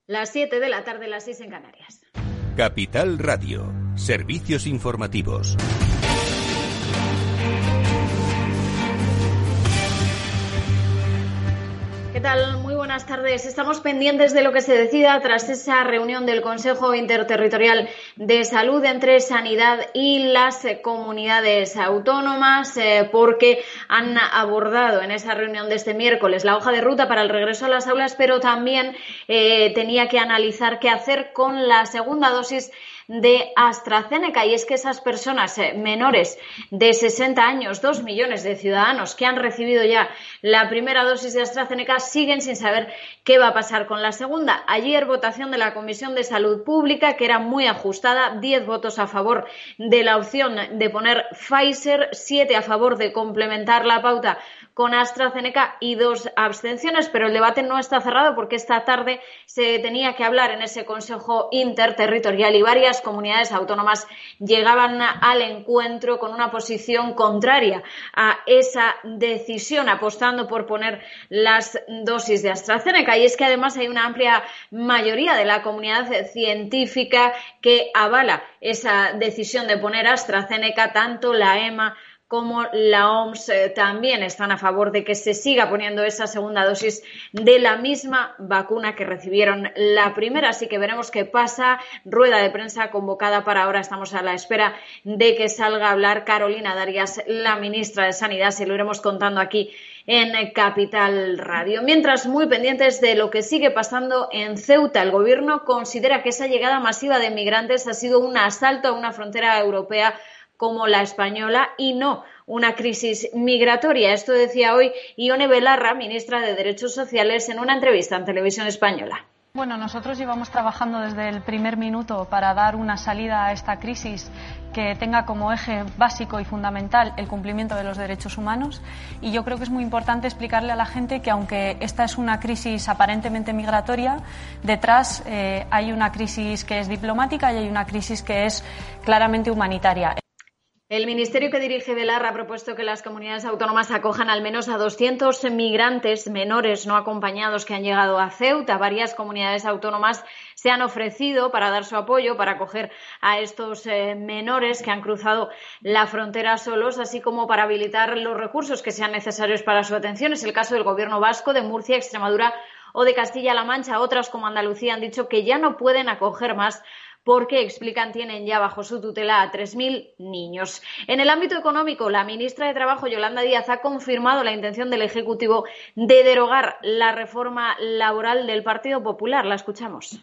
Las 7 de la tarde, las 6 en Canarias. Capital Radio, servicios informativos. ¿Qué tal? Muy buenas tardes. Estamos pendientes de lo que se decida tras esa reunión del Consejo Interterritorial de Salud entre Sanidad y las comunidades autónomas, porque han abordado en esa reunión de este miércoles la hoja de ruta para el regreso a las aulas, pero también tenía que analizar qué hacer con la segunda dosis de AstraZeneca, y es que esas personas menores de 60 años, 2 millones de ciudadanos que han recibido ya la primera dosis de AstraZeneca, siguen sin saber qué va a pasar con la segunda. Ayer votación de la Comisión de Salud Pública, que era muy ajustada, 10 votos a favor de la opción de poner Pfizer, 7 a favor de complementar la pauta con AstraZeneca y 2 abstenciones, pero el debate no está cerrado porque esta tarde se tenía que hablar en ese Consejo Interterritorial y varias comunidades autónomas llegaban al encuentro con una posición contraria a esa decisión, apostando por poner las dosis de AstraZeneca. Y es que además hay una amplia mayoría de la comunidad científica que avala esa decisión de poner AstraZeneca, tanto la EMA como la OMS también están a favor de que se siga poniendo esa segunda dosis de la misma vacuna que recibieron la primera. Así que veremos qué pasa. Rueda de prensa convocada para ahora. Estamos a la espera de que salga a hablar Carolina Darias, la ministra de Sanidad. Se lo iremos contando aquí en Capital Radio. Mientras, muy pendientes de lo que sigue pasando en Ceuta. El Gobierno considera que esa llegada masiva de migrantes ha sido un asalto a una frontera europea como la española y no una crisis migratoria. Esto decía hoy Ione Belarra, ministra de Derechos Sociales, en una entrevista en Televisión Española. Bueno, nosotros llevamos trabajando desde el primer minuto para dar una salida a esta crisis que tenga como eje básico y fundamental el cumplimiento de los derechos humanos, y yo creo que es muy importante explicarle a la gente que aunque esta es una crisis aparentemente migratoria, detrás hay una crisis que es diplomática y hay una crisis que es claramente humanitaria. El ministerio que dirige Belarra ha propuesto que las comunidades autónomas acojan al menos a 200 migrantes menores no acompañados que han llegado a Ceuta. Varias comunidades autónomas se han ofrecido para dar su apoyo para acoger a estos menores que han cruzado la frontera solos, así como para habilitar los recursos que sean necesarios para su atención. Es el caso del Gobierno vasco, de Murcia, Extremadura o de Castilla-La Mancha. Otras, como Andalucía, han dicho que ya no pueden acoger más porque, explican, tienen ya bajo su tutela a 3.000 niños. En el ámbito económico, la ministra de Trabajo, Yolanda Díaz, ha confirmado la intención del Ejecutivo de derogar la reforma laboral del Partido Popular. La escuchamos.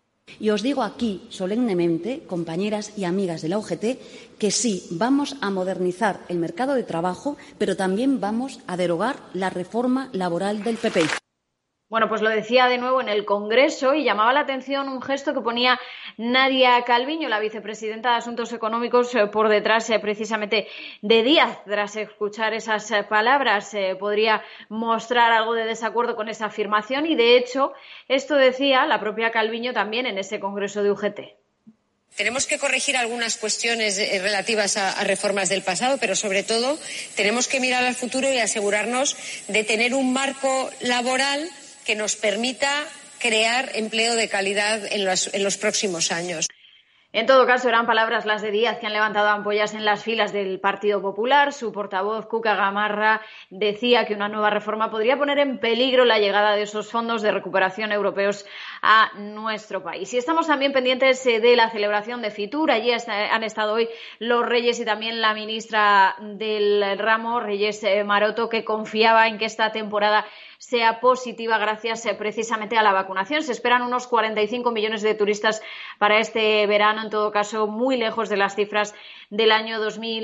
Y os digo aquí, solemnemente, compañeras y amigas de la UGT, que sí, vamos a modernizar el mercado de trabajo, pero también vamos a derogar la reforma laboral del PP. Bueno, pues lo decía de nuevo en el Congreso y llamaba la atención un gesto que ponía Nadia Calviño, la vicepresidenta de Asuntos Económicos, por detrás precisamente de Díaz. Tras escuchar esas palabras, podría mostrar algo de desacuerdo con esa afirmación y, de hecho, esto decía la propia Calviño también en ese Congreso de UGT. Tenemos que corregir algunas cuestiones relativas a reformas del pasado, pero sobre todo tenemos que mirar al futuro y asegurarnos de tener un marco laboral que nos permita crear empleo de calidad en los próximos años. En todo caso, eran palabras las de Díaz que han levantado ampollas en las filas del Partido Popular. Su portavoz, Cuca Gamarra, decía que una nueva reforma podría poner en peligro la llegada de esos fondos de recuperación europeos a nuestro país. Y estamos también pendientes de la celebración de Fitur. Allí han estado hoy los Reyes y también la ministra del ramo, Reyes Maroto, que confiaba en que esta temporada sea positiva gracias precisamente a la vacunación. Se esperan unos 45 millones de turistas para este verano, en todo caso muy lejos de las cifras del año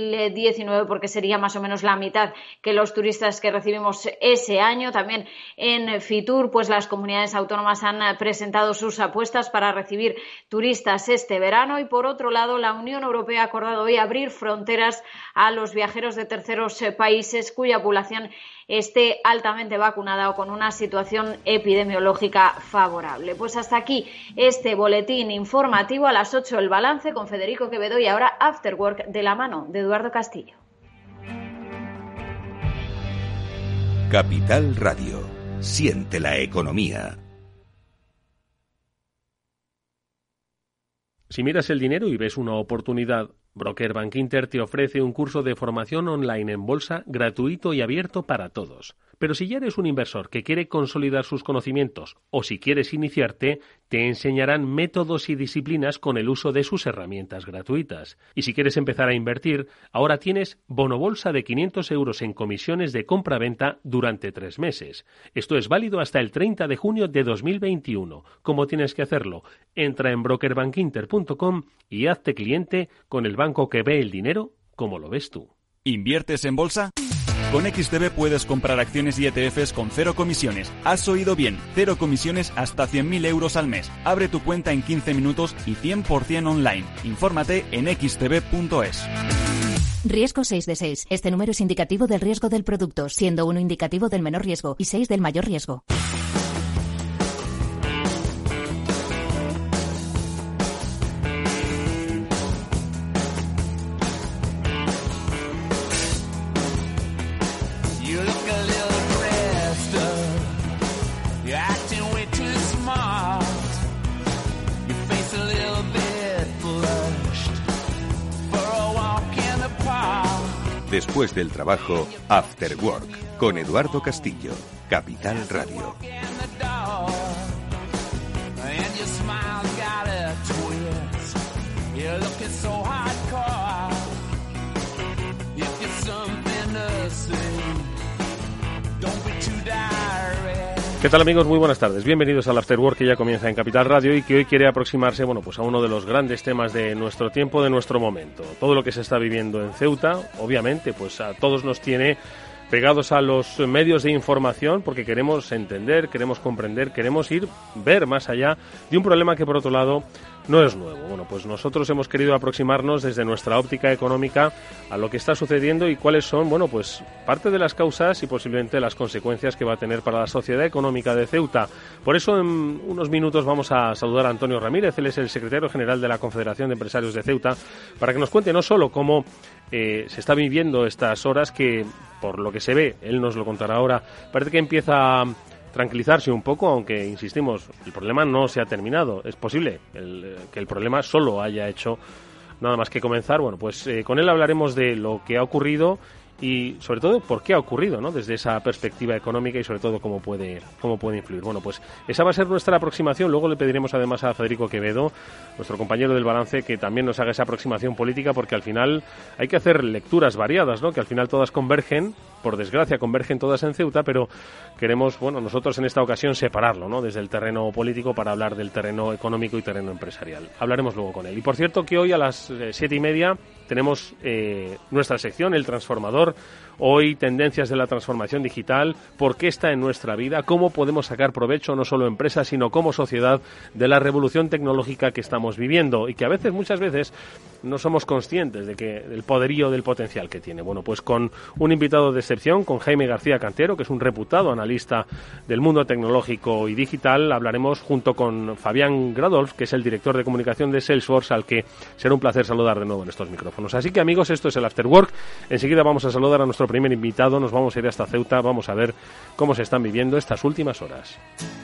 2019, porque sería más o menos la mitad que los turistas que recibimos ese año. También en Fitur, pues las comunidades autónomas han presentado sus apuestas para recibir turistas este verano y, por otro lado, la Unión Europea ha acordado hoy abrir fronteras a los viajeros de terceros países cuya población esté altamente vacunada o con una situación epidemiológica favorable. Pues hasta aquí este boletín informativo. A las 8 el balance con Federico Quevedo y ahora After Work de la mano de Eduardo Castillo. Capital Radio. Siente la economía. Si miras el dinero y ves una oportunidad, Broker Bankinter te ofrece un curso de formación online en bolsa gratuito y abierto para todos. Pero si ya eres un inversor que quiere consolidar sus conocimientos o si quieres iniciarte, te enseñarán métodos y disciplinas con el uso de sus herramientas gratuitas. Y si quieres empezar a invertir, ahora tienes bonobolsa de 500 euros en comisiones de compra-venta durante 3 meses. Esto es válido hasta el 30 de junio de 2021. ¿Cómo tienes que hacerlo? Entra en brokerbankinter.com y hazte cliente con el banco que ve el dinero como lo ves tú. ¿Inviertes en bolsa? Con XTB puedes comprar acciones y ETFs con 0 comisiones. Has oído bien, 0 comisiones hasta 100.000 euros al mes. Abre tu cuenta en 15 minutos y 100% online. Infórmate en xtb.es. Riesgo 6 de 6. Este número es indicativo del riesgo del producto, siendo 1 indicativo del menor riesgo y 6 del mayor riesgo. Después del trabajo, After Work, con Eduardo Castillo, Capital Radio. ¿Qué tal, amigos? Muy buenas tardes. Bienvenidos al After Work, que ya comienza en Capital Radio y que hoy quiere aproximarse, pues a uno de los grandes temas de nuestro tiempo, de nuestro momento. Todo lo que se está viviendo en Ceuta, obviamente, pues a todos nos tiene pegados a los medios de información porque queremos entender, queremos comprender, queremos ver más allá de un problema que, por otro lado, no es nuevo. Bueno, pues nosotros hemos querido aproximarnos desde nuestra óptica económica a lo que está sucediendo y cuáles son, pues parte de las causas y posiblemente las consecuencias que va a tener para la sociedad económica de Ceuta. Por eso, en unos minutos vamos a saludar a Antonio Ramírez. Él es el secretario general de la Confederación de Empresarios de Ceuta, para que nos cuente no solo cómo se está viviendo estas horas, que por lo que se ve, él nos lo contará ahora, parece que empieza a tranquilizarse un poco, aunque, insistimos, el problema no se ha terminado. Es posible que el problema solo haya hecho nada más que comenzar. Bueno, pues con él hablaremos de lo que ha ocurrido y, sobre todo, por qué ha ocurrido, ¿no? Desde esa perspectiva económica y, sobre todo, cómo puede influir. Bueno, pues esa va a ser nuestra aproximación. Luego le pediremos, además, a Federico Quevedo, nuestro compañero del balance, que también nos haga esa aproximación política, porque al final hay que hacer lecturas variadas, ¿no? Que al final todas convergen, por desgracia convergen todas en Ceuta, pero queremos, nosotros en esta ocasión separarlo, ¿no? Desde el terreno político para hablar del terreno económico y terreno empresarial. Hablaremos luego con él. Y por cierto que hoy a las 7:30 tenemos nuestra sección, El Transformador. Hoy, tendencias de la transformación digital, por qué está en nuestra vida, cómo podemos sacar provecho, no solo empresas, sino como sociedad, de la revolución tecnológica que estamos viviendo y que muchas veces, no somos conscientes del poderío, del potencial que tiene. Bueno, pues con un invitado de excepción, con Jaime García Cantero, que es un reputado analista del mundo tecnológico y digital, hablaremos junto con Fabián Gradolf, que es el director de comunicación de Salesforce, al que será un placer saludar de nuevo en estos micrófonos. Así que, amigos, esto es el After Work. Enseguida vamos a saludar a nuestro primer invitado, nos vamos a ir hasta Ceuta, vamos a ver cómo se están viviendo estas últimas horas.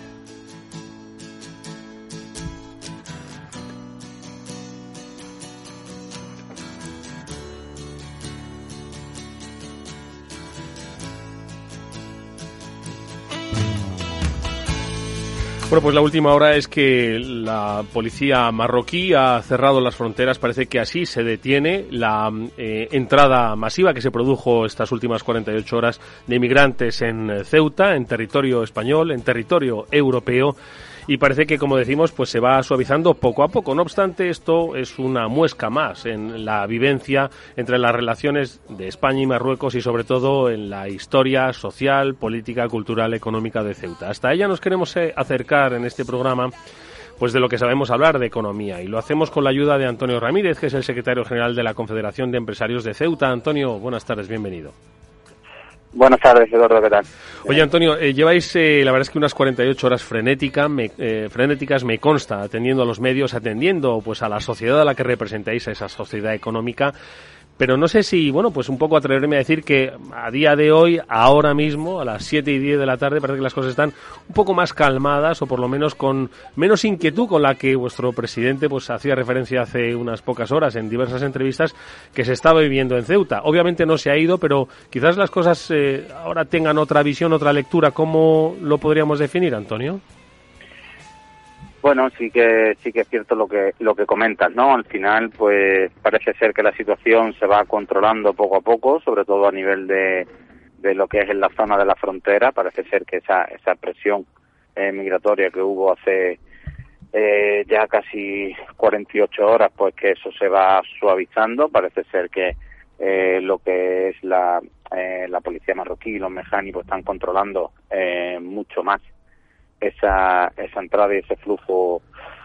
Bueno, pues la última hora es que la policía marroquí ha cerrado las fronteras. Parece que así se detiene la entrada masiva que se produjo estas últimas 48 horas de inmigrantes en Ceuta, en territorio español, en territorio europeo. Y parece que, como decimos, pues se va suavizando poco a poco. No obstante, esto es una muesca más en la vivencia entre las relaciones de España y Marruecos y, sobre todo, en la historia social, política, cultural, económica de Ceuta. Hasta ella nos queremos acercar en este programa, pues de lo que sabemos hablar, de economía. Y lo hacemos con la ayuda de Antonio Ramírez, que es el secretario general de la Confederación de Empresarios de Ceuta. Antonio, buenas tardes, bienvenido. Buenas tardes, Eduardo, ¿qué tal? Oye, Antonio, lleváis, la verdad es que unas 48 horas frenéticas, me consta, atendiendo a los medios, atendiendo pues a la sociedad a la que representáis, a esa sociedad económica. pero no sé si, bueno, pues un poco atreverme a decir que a día de hoy, ahora mismo, a las 7:10 de la tarde, parece que las cosas están un poco más calmadas, o por lo menos con menos inquietud con la que vuestro presidente pues hacía referencia hace unas pocas horas en diversas entrevistas que se estaba viviendo en Ceuta. Obviamente no se ha ido, pero quizás las cosas ahora tengan otra visión, otra lectura. ¿Cómo lo podríamos definir, Antonio? Bueno, sí que es cierto lo que comentas, ¿no? Al final, pues parece ser que la situación se va controlando poco a poco, sobre todo a nivel de lo que es en la zona de la frontera. Parece ser que esa presión migratoria que hubo hace ya casi 48 horas, pues que eso se va suavizando. Parece ser que lo que es la policía marroquí y los mecánicos están controlando mucho más esa entrada y ese flujo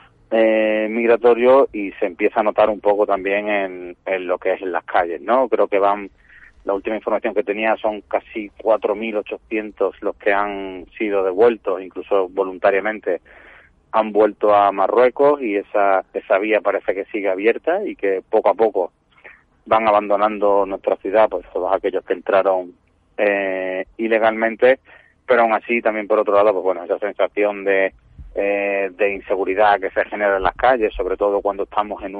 migratorio, y se empieza a notar un poco también en lo que es en las calles, ¿no? Creo que la última información que tenía son casi 4.800 los que han sido devueltos, incluso voluntariamente han vuelto a Marruecos, y esa vía parece que sigue abierta y que poco a poco van abandonando nuestra ciudad, pues todos aquellos que entraron ilegalmente. Pero aún así, también por otro lado, pues bueno, esa sensación de inseguridad que se genera en las calles, sobre todo cuando estamos en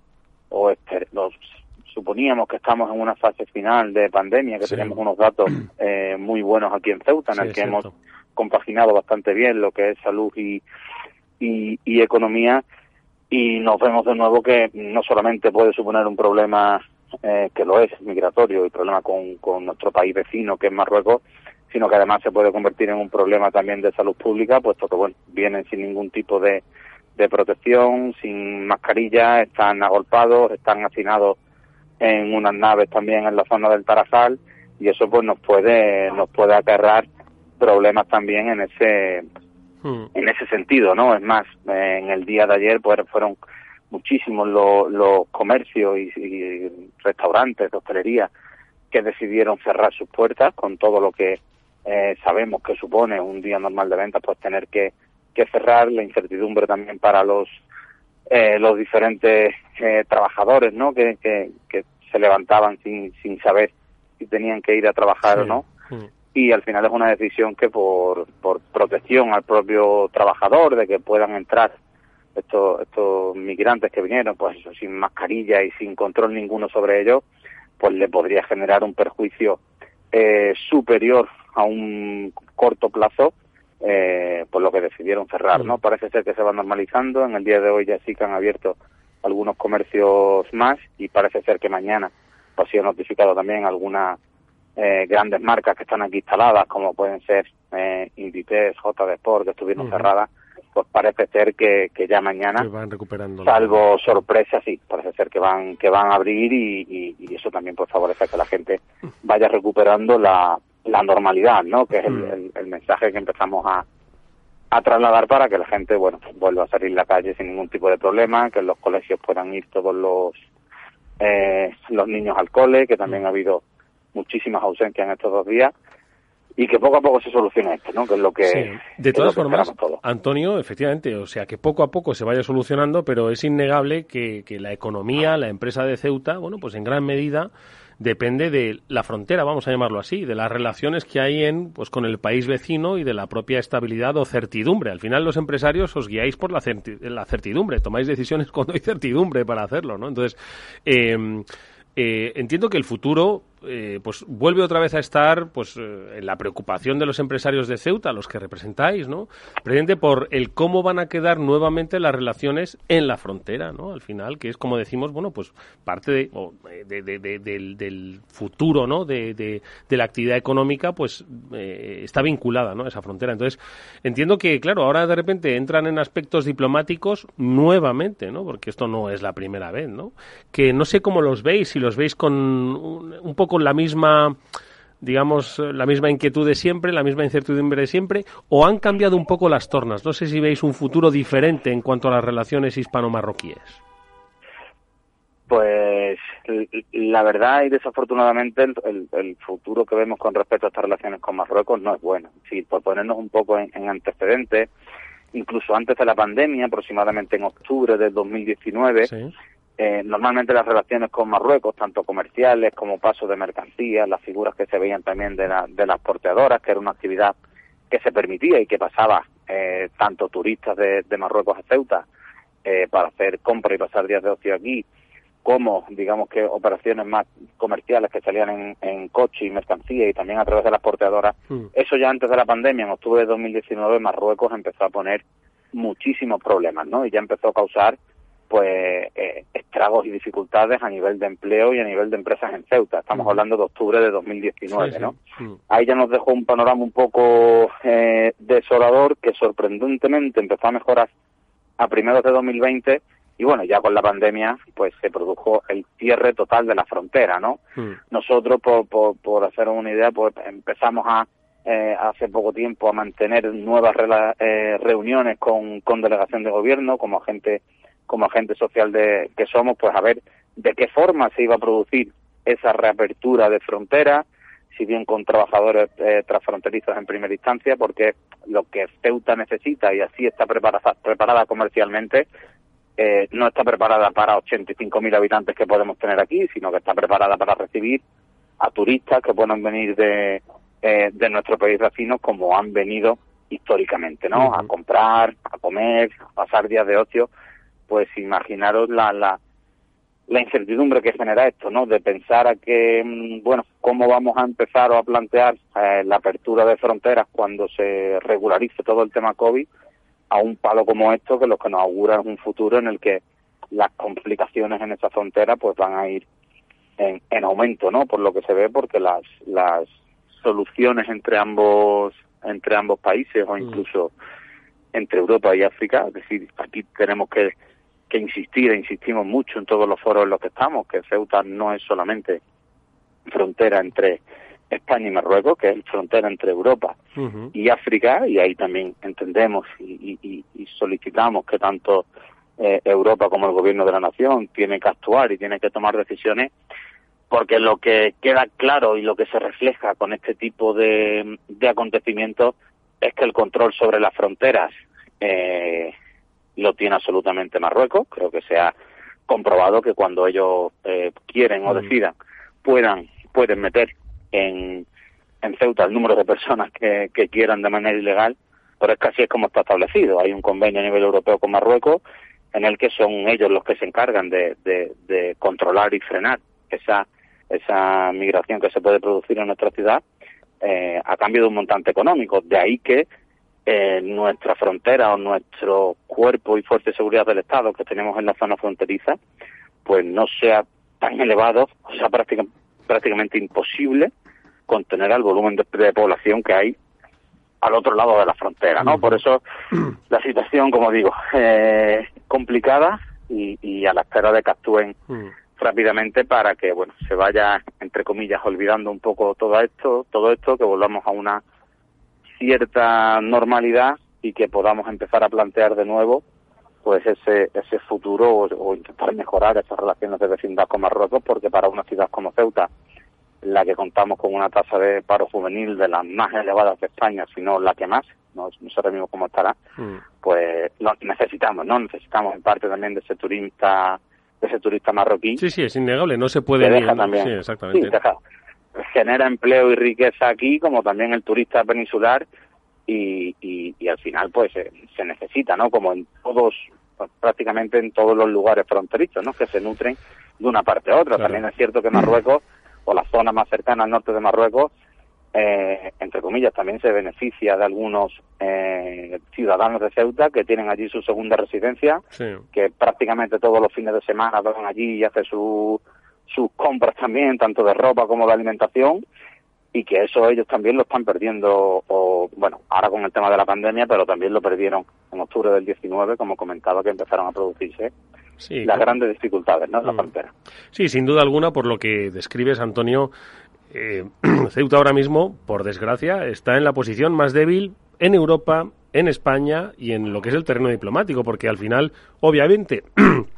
suponíamos que estamos en una fase final de pandemia, que tenemos unos datos muy buenos aquí en Ceuta, en el que hemos compaginado bastante bien lo que es salud y economía, y nos vemos de nuevo que no solamente puede suponer un problema que lo es migratorio y problema con nuestro país vecino, que es Marruecos, sino que además se puede convertir en un problema también de salud pública, puesto que bueno, vienen sin ningún tipo de protección, sin mascarilla, están agolpados, están hacinados en unas naves también en la zona del Tarajal, y eso pues nos puede acarrear problemas también en ese sentido, ¿no? Es más, en el día de ayer pues fueron muchísimos los comercios y restaurantes de hostelería que decidieron cerrar sus puertas, con todo lo que sabemos que supone un día normal de ventas, pues tener que cerrar, la incertidumbre también para los diferentes trabajadores, ¿no? Que se levantaban sin saber si tenían que ir a trabajar o no. Y al final es una decisión que por protección al propio trabajador, de que puedan entrar estos migrantes que vinieron, pues eso, sin mascarilla y sin control ninguno sobre ellos, pues le podría generar un perjuicio superior a un corto plazo, por lo que decidieron cerrar, ¿no? Parece ser que se va normalizando. En el día de hoy ya sí que han abierto algunos comercios más, y parece ser que mañana pues ha sido notificado también algunas grandes marcas que están aquí instaladas, como pueden ser Inditex, JD Sport, que estuvieron cerradas. Pues parece ser que ya mañana, van recuperando, salvo sorpresa, sí, parece ser que van a abrir, y eso también pues favorece que la gente vaya recuperando la normalidad, ¿no? Que es el mensaje que empezamos a trasladar, para que la gente, bueno, pues vuelva a salir a la calle sin ningún tipo de problema, que en los colegios puedan ir todos los niños al cole, que también ha habido muchísimas ausencias en estos 2 días, y que poco a poco se solucione esto, ¿no? Que es lo que... Sí. De todas formas, Antonio, efectivamente, o sea, que poco a poco se vaya solucionando, pero es innegable que la economía, la empresa de Ceuta, bueno, pues en gran medida depende de la frontera, vamos a llamarlo así, de las relaciones que hay con el país vecino y de la propia estabilidad o certidumbre. Al final los empresarios os guiáis por la certidumbre, tomáis decisiones cuando hay certidumbre para hacerlo, ¿no? Entonces, entiendo que el futuro pues vuelve otra vez a estar en la preocupación de los empresarios de Ceuta, los que representáis, ¿no? Precisamente por el cómo van a quedar nuevamente las relaciones en la frontera, ¿no? Al final, que es, como decimos, bueno, pues parte del futuro, ¿no? De la actividad económica, pues está vinculada, ¿no? A esa frontera. Entonces, entiendo que, claro, ahora de repente entran en aspectos diplomáticos nuevamente, ¿no? Porque esto no es la primera vez, ¿no? Que no sé cómo los veis, si los veis con un poco la misma, digamos, la misma inquietud de siempre, la misma incertidumbre de siempre, o han cambiado un poco las tornas. No sé si veis un futuro diferente en cuanto a las relaciones hispano-marroquíes. Pues la verdad y desafortunadamente el futuro que vemos con respecto a estas relaciones con Marruecos no es bueno. Sí, por ponernos un poco en antecedentes, incluso antes de la pandemia, aproximadamente en octubre del 2019, Normalmente las relaciones con Marruecos, tanto comerciales como pasos de mercancías, las figuras que se veían también de las porteadoras, que era una actividad que se permitía y que pasaba tanto turistas de Marruecos a Ceuta para hacer compra y pasar días de ocio aquí, como, digamos que operaciones más comerciales que salían en coche y mercancía y también a través de las porteadoras. Eso ya antes de la pandemia, en octubre de 2019, Marruecos empezó a poner muchísimos problemas, ¿no? Y ya empezó a causar pues estragos y dificultades a nivel de empleo y a nivel de empresas en Ceuta. Estamos hablando de octubre de 2019, ¿no? Ahí ya nos dejó un panorama un poco desolador, que sorprendentemente empezó a mejorar a primeros de 2020, y bueno, ya con la pandemia pues se produjo el cierre total de la frontera, ¿no? Nosotros, por hacer una idea, pues empezamos hace poco tiempo a mantener nuevas reuniones con delegación de gobierno, como agente social que somos, pues a ver de qué forma se iba a producir esa reapertura de frontera, si bien con trabajadores transfronterizos en primera instancia, porque lo que Ceuta necesita, y así está preparada comercialmente, no está preparada para 85.000 habitantes que podemos tener aquí, sino que está preparada para recibir a turistas que puedan venir de nuestro país vecino, como han venido históricamente, ¿no? A comprar, a comer, a pasar días de ocio. Pues imaginaros la incertidumbre que genera esto, ¿no? De pensar a que, bueno, cómo vamos a empezar o a plantear la apertura de fronteras cuando se regularice todo el tema COVID, a un palo como esto, que lo que nos augura es un futuro en el que las complicaciones en esa frontera pues van a ir en aumento, ¿no? Por lo que se ve, porque las soluciones entre ambos países, o incluso entre Europa y África, es decir, aquí tenemos que insistimos mucho en todos los foros en los que estamos, que Ceuta no es solamente frontera entre España y Marruecos, que es frontera entre Europa y África, y ahí también entendemos y solicitamos que tanto Europa como el gobierno de la nación tiene que actuar y tiene que tomar decisiones, porque lo que queda claro y lo que se refleja con este tipo de acontecimientos es que el control sobre las fronteras lo tiene absolutamente Marruecos. Creo que se ha comprobado que cuando ellos quieren o decidan, pueden meter en Ceuta el número de personas que quieran de manera ilegal, pero es que así es como está establecido. Hay un convenio a nivel europeo con Marruecos en el que son ellos los que se encargan de controlar y frenar esa migración que se puede producir en nuestra ciudad a cambio de un montante económico. De ahí que nuestra frontera o nuestro cuerpo y fuerza de seguridad del Estado que tenemos en la zona fronteriza pues no sea tan elevado, o sea, prácticamente imposible contener al volumen de población que hay al otro lado de la frontera, ¿no? Por eso la situación, como digo, complicada y a la espera de que actúen rápidamente para que, bueno, se vaya, entre comillas, olvidando un poco todo esto, que volvamos a una cierta normalidad y que podamos empezar a plantear de nuevo pues ese futuro o intentar mejorar esas relaciones de vecindad con Marruecos, porque para una ciudad como Ceuta, la que contamos con una tasa de paro juvenil de las más elevadas de España, si no la que más, no sé mismo cómo estará, pues lo necesitamos, ¿no? Necesitamos en parte también de ese turista marroquí. Sí, es innegable, no se puede deja también, sí, exactamente. Sí, genera empleo y riqueza aquí, como también el turista peninsular, y al final pues se necesita, ¿no? Como en todos, pues, prácticamente en todos los lugares fronterizos, ¿no? Que se nutren de una parte a otra. Claro. También es cierto que Marruecos, o la zona más cercana al norte de Marruecos, entre comillas, también se beneficia de algunos ciudadanos de Ceuta que tienen allí su segunda residencia, que prácticamente todos los fines de semana van allí y hacen sus compras también, tanto de ropa como de alimentación, y que eso ellos también lo están perdiendo, bueno, ahora con el tema de la pandemia, pero también lo perdieron en octubre del 19, como comentaba, que empezaron a producirse las grandes dificultades, ¿no?, en la frontera. Sí, sin duda alguna, por lo que describes, Antonio, Ceuta ahora mismo, por desgracia, está en la posición más débil en Europa, en España y en lo que es el terreno diplomático, porque al final, obviamente,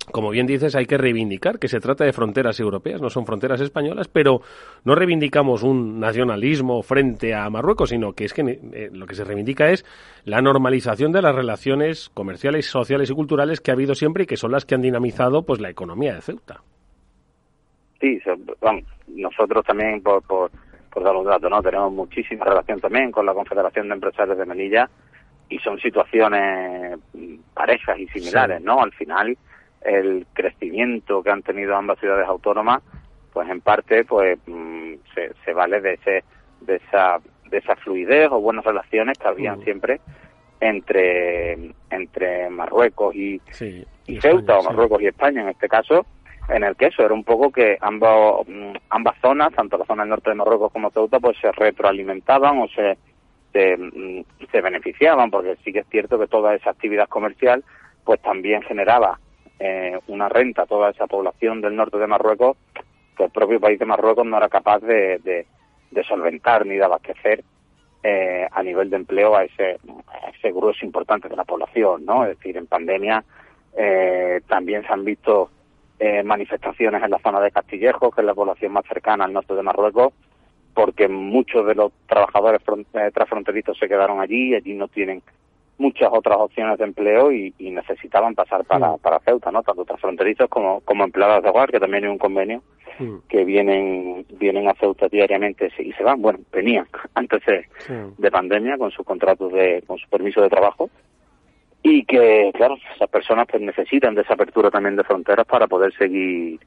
como bien dices, hay que reivindicar que se trata de fronteras europeas, no son fronteras españolas, pero no reivindicamos un nacionalismo frente a Marruecos, sino que es que lo que se reivindica es la normalización de las relaciones comerciales, sociales y culturales que ha habido siempre y que son las que han dinamizado pues la economía de Ceuta. Sí, vamos, nosotros también, por dar un dato, ¿no? Tenemos muchísima relación también con la Confederación de Empresarios de Melilla y son situaciones parejas y similares, sí, ¿no? Al final, el crecimiento que han tenido ambas ciudades autónomas, pues en parte pues se vale de esa fluidez o buenas relaciones que habían siempre entre Marruecos y Ceuta, o Marruecos y España en este caso, en el que eso era un poco que ambas zonas, tanto la zona del norte de Marruecos como Ceuta, pues se retroalimentaban o se beneficiaban, porque sí que es cierto que toda esa actividad comercial pues también generaba una renta a toda esa población del norte de Marruecos que el propio país de Marruecos no era capaz de solventar ni de abastecer a nivel de empleo a ese grueso importante de la población, ¿no? Es decir, en pandemia también se han visto manifestaciones en la zona de Castillejos, que es la población más cercana al norte de Marruecos, porque muchos de los trabajadores transfronterizos se quedaron allí no tienen muchas otras opciones de empleo y necesitaban pasar para Ceuta, ¿no? Tanto transfronterizos como empleados de hogar, que también hay un convenio que vienen a Ceuta diariamente y se van, venían antes de pandemia con sus contratos con su permiso de trabajo, y que, claro, esas personas pues necesitan de esa apertura también de fronteras para poder seguir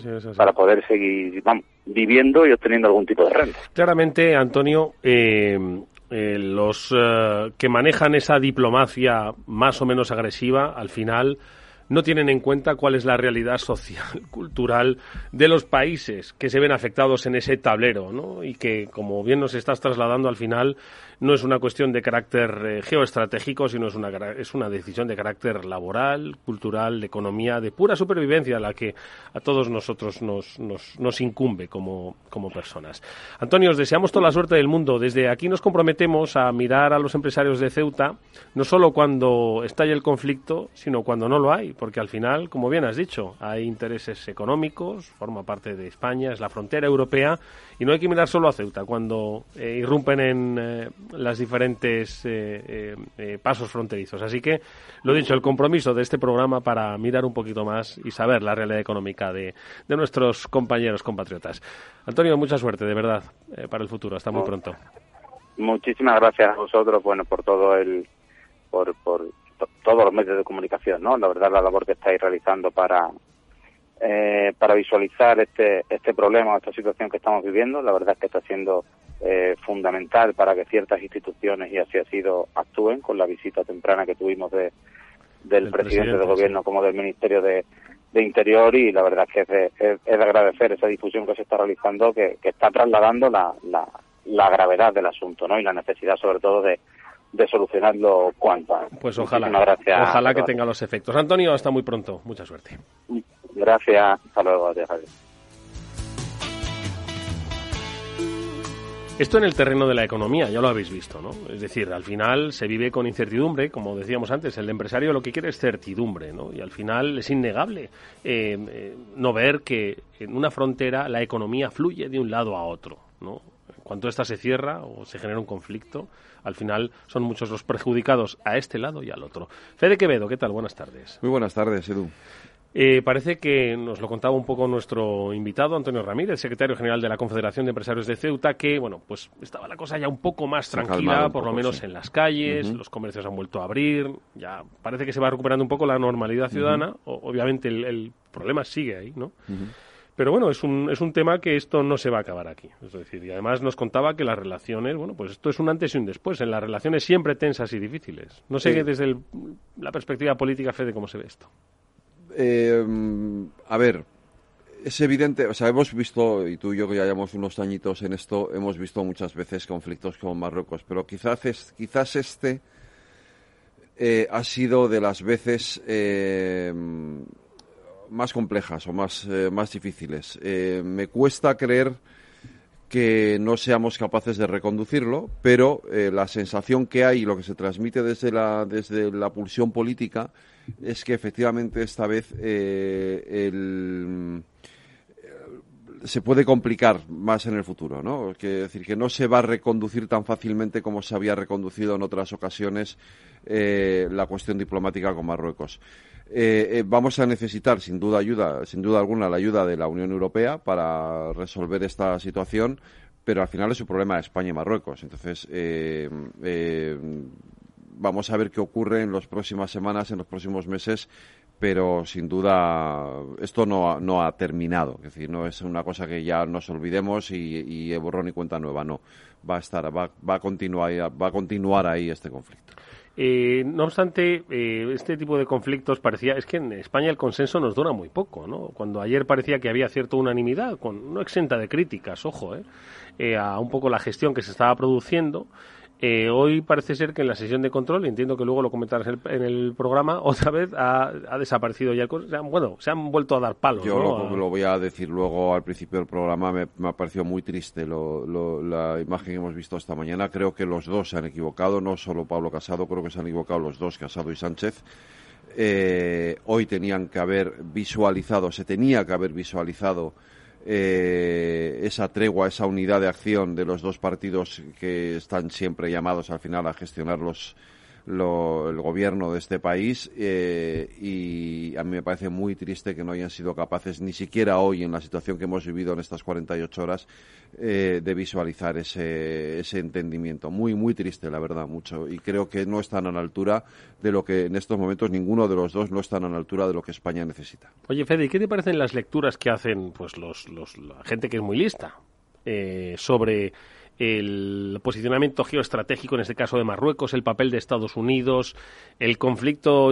viviendo y obteniendo algún tipo de renta. Claramente, Antonio, los que manejan esa diplomacia más o menos agresiva, al final no tienen en cuenta cuál es la realidad social, cultural de los países que se ven afectados en ese tablero, ¿no? Y que, como bien nos estás trasladando, al final no es una cuestión de carácter geoestratégico, sino es una decisión de carácter laboral, cultural, de economía, de pura supervivencia, la que a todos nosotros nos incumbe como personas. Antonio, os deseamos toda la suerte del mundo. Desde aquí nos comprometemos a mirar a los empresarios de Ceuta, no solo cuando estalle el conflicto, sino cuando no lo hay, porque al final, como bien has dicho, hay intereses económicos, forma parte de España, es la frontera europea, y no hay que mirar solo a Ceuta cuando irrumpen en las diferentes pasos fronterizos. Así que, lo dicho, el compromiso de este programa para mirar un poquito más y saber la realidad económica de nuestros compañeros compatriotas. Antonio, mucha suerte, de verdad, para el futuro. Hasta muy pronto. Muchísimas gracias a vosotros, por todo por todos los medios de comunicación, ¿no? La verdad, la labor que estáis realizando para visualizar este problema, esta situación que estamos viviendo, la verdad es que está siendo fundamental para que ciertas instituciones, y así ha sido, actúen, con la visita temprana que tuvimos del presidente del gobierno como del Ministerio de Interior, y la verdad es que es de agradecer esa difusión que se está realizando, que está trasladando la gravedad del asunto, ¿no? Y la necesidad, sobre todo, de solucionarlo cuanto antes. Pues ojalá que tenga los efectos. Antonio, hasta muy pronto. Mucha suerte. Gracias. Hasta luego. Adiós. Esto en el terreno de la economía, ya lo habéis visto, ¿no? Es decir, al final se vive con incertidumbre, como decíamos antes, el empresario lo que quiere es certidumbre, ¿no? Y al final es innegable no ver que en una frontera la economía fluye de un lado a otro, ¿no? En cuanto esta se cierra o se genera un conflicto, al final son muchos los perjudicados a este lado y al otro. Fede Quevedo, ¿qué tal? Buenas tardes. Muy buenas tardes, Edu. Parece que nos lo contaba un poco nuestro invitado, Antonio Ramírez, secretario general de la Confederación de Empresarios de Ceuta, que, pues estaba la cosa ya un poco más tranquila, por lo menos en las calles, los comercios han vuelto a abrir, ya parece que se va recuperando un poco la normalidad ciudadana. Obviamente el problema sigue ahí, ¿no? Pero bueno, es un tema que esto no se va a acabar aquí. Es decir, y además nos contaba que las relaciones, pues esto es un antes y un después, en las relaciones siempre tensas y difíciles. No sé desde la perspectiva política, Fede, cómo se ve esto. A ver, es evidente, o sea, hemos visto, y tú y yo que ya llevamos unos añitos en esto, hemos visto muchas veces conflictos con Marruecos, pero quizás este ha sido de las veces más complejas o más difíciles. Me cuesta creer que no seamos capaces de reconducirlo, pero la sensación que hay y lo que se transmite desde la pulsión política es que efectivamente esta vez se puede complicar más en el futuro, ¿no? Es decir, que no se va a reconducir tan fácilmente como se había reconducido en otras ocasiones la cuestión diplomática con Marruecos. Vamos a necesitar, sin duda alguna, la ayuda de la Unión Europea para resolver esta situación, pero al final es un problema de España y Marruecos. Entonces, vamos a ver qué ocurre en las próximas semanas, en los próximos meses, pero sin duda esto no ha terminado. Es decir, no es una cosa que ya nos olvidemos y borrón y cuenta nueva, no. Va a continuar ahí este conflicto. No obstante, este tipo de conflictos es que en España el consenso nos dura muy poco, ¿no? Cuando ayer parecía que había cierta unanimidad, no exenta de críticas, ojo, a un poco la gestión que se estaba produciendo. Hoy parece ser que en la sesión de control, y entiendo que luego lo comentarás en el programa, otra vez ha desaparecido ya se han vuelto a dar palos. Yo ¿no? lo voy a decir luego al principio del programa, me ha parecido muy triste la imagen que hemos visto esta mañana. Creo que los dos se han equivocado, no solo Pablo Casado, creo que se han equivocado los dos, Casado y Sánchez. Hoy se tenía que haber visualizado esa tregua, esa unidad de acción de los dos partidos que están siempre llamados al final a gestionar el gobierno de este país, y a mí me parece muy triste que no hayan sido capaces, ni siquiera hoy en la situación que hemos vivido en estas 48 horas, de visualizar ese entendimiento. Muy, muy triste, la verdad, mucho. Y creo que no están a la altura de lo que en estos momentos ninguno de los dos no están a la altura de lo que España necesita. Oye, Fede, ¿qué te parecen las lecturas que hacen pues la gente que es muy lista sobre el posicionamiento geoestratégico, en este caso de Marruecos, el papel de Estados Unidos, el conflicto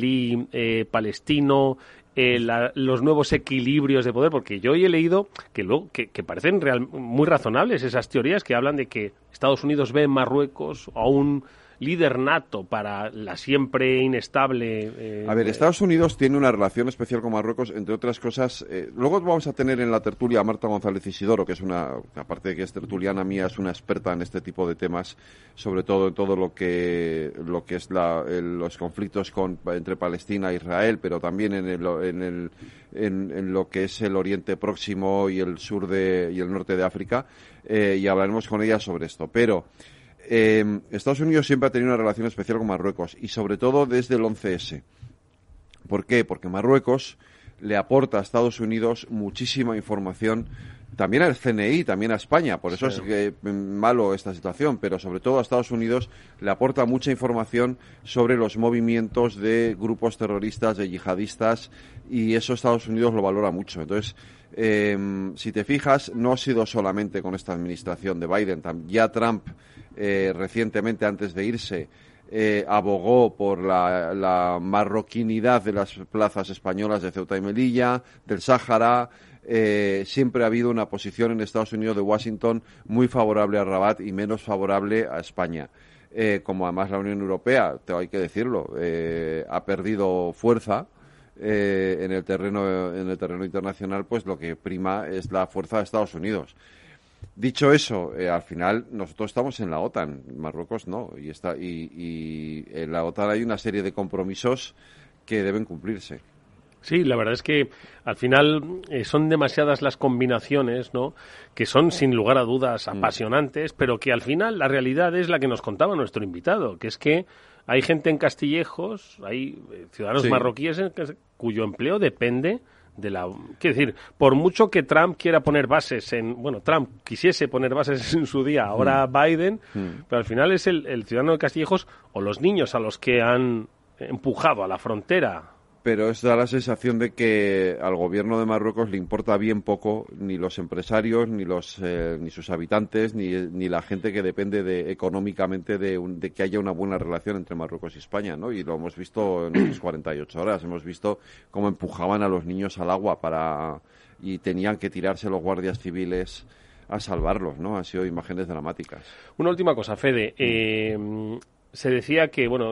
israelí-palestino, los nuevos equilibrios de poder? Porque yo hoy he leído que parecen muy razonables esas teorías que hablan de que Estados Unidos ve en Marruecos a un líder nato para la siempre inestable... A ver, Estados Unidos tiene una relación especial con Marruecos, entre otras cosas. Luego vamos a tener en la tertulia a Marta González Isidoro, que es aparte de que es tertuliana mía, es una experta en este tipo de temas, sobre todo en todo lo que es los conflictos entre Palestina e Israel, pero también en lo que es el Oriente Próximo y el y el norte de África, y hablaremos con ella sobre esto. Pero Estados Unidos siempre ha tenido una relación especial con Marruecos, y sobre todo desde el 11S. ¿Por qué? Porque Marruecos le aporta a Estados Unidos muchísima información, también al CNI, también a España. Por eso es malo esta situación, pero sobre todo a Estados Unidos le aporta mucha información sobre los movimientos de grupos terroristas, de yihadistas, y eso Estados Unidos lo valora mucho. Entonces, si te fijas, no ha sido solamente con esta administración de Biden. Ya Trump recientemente, antes de irse, abogó por la marroquinidad de las plazas españolas de Ceuta y Melilla, del Sáhara. Siempre ha habido una posición en Estados Unidos de Washington muy favorable a Rabat y menos favorable a España. Como además la Unión Europea, hay que decirlo, ha perdido fuerza en el terreno internacional, pues lo que prima es la fuerza de Estados Unidos. Dicho eso, al final nosotros estamos en la OTAN, Marruecos no, y en la OTAN hay una serie de compromisos que deben cumplirse. Sí, la verdad es que al final son demasiadas las combinaciones, ¿no?, que son sin lugar a dudas apasionantes, pero que al final la realidad es la que nos contaba nuestro invitado, que es que hay gente en Castillejos, hay ciudadanos marroquíes cuyo empleo depende de quiero decir, por mucho que Trump quiera poner bases Trump quisiese poner bases en su día, ahora Biden, pero al final es el ciudadano de Castillejos o los niños a los que han empujado a la frontera. Pero da la sensación de que al gobierno de Marruecos le importa bien poco ni los empresarios, ni sus habitantes, ni la gente que depende económicamente de que haya una buena relación entre Marruecos y España, ¿no? Y lo hemos visto en las 48 horas. Hemos visto cómo empujaban a los niños al agua y tenían que tirarse los guardias civiles a salvarlos, ¿no? Han sido imágenes dramáticas. Una última cosa, Fede. Se decía que, lo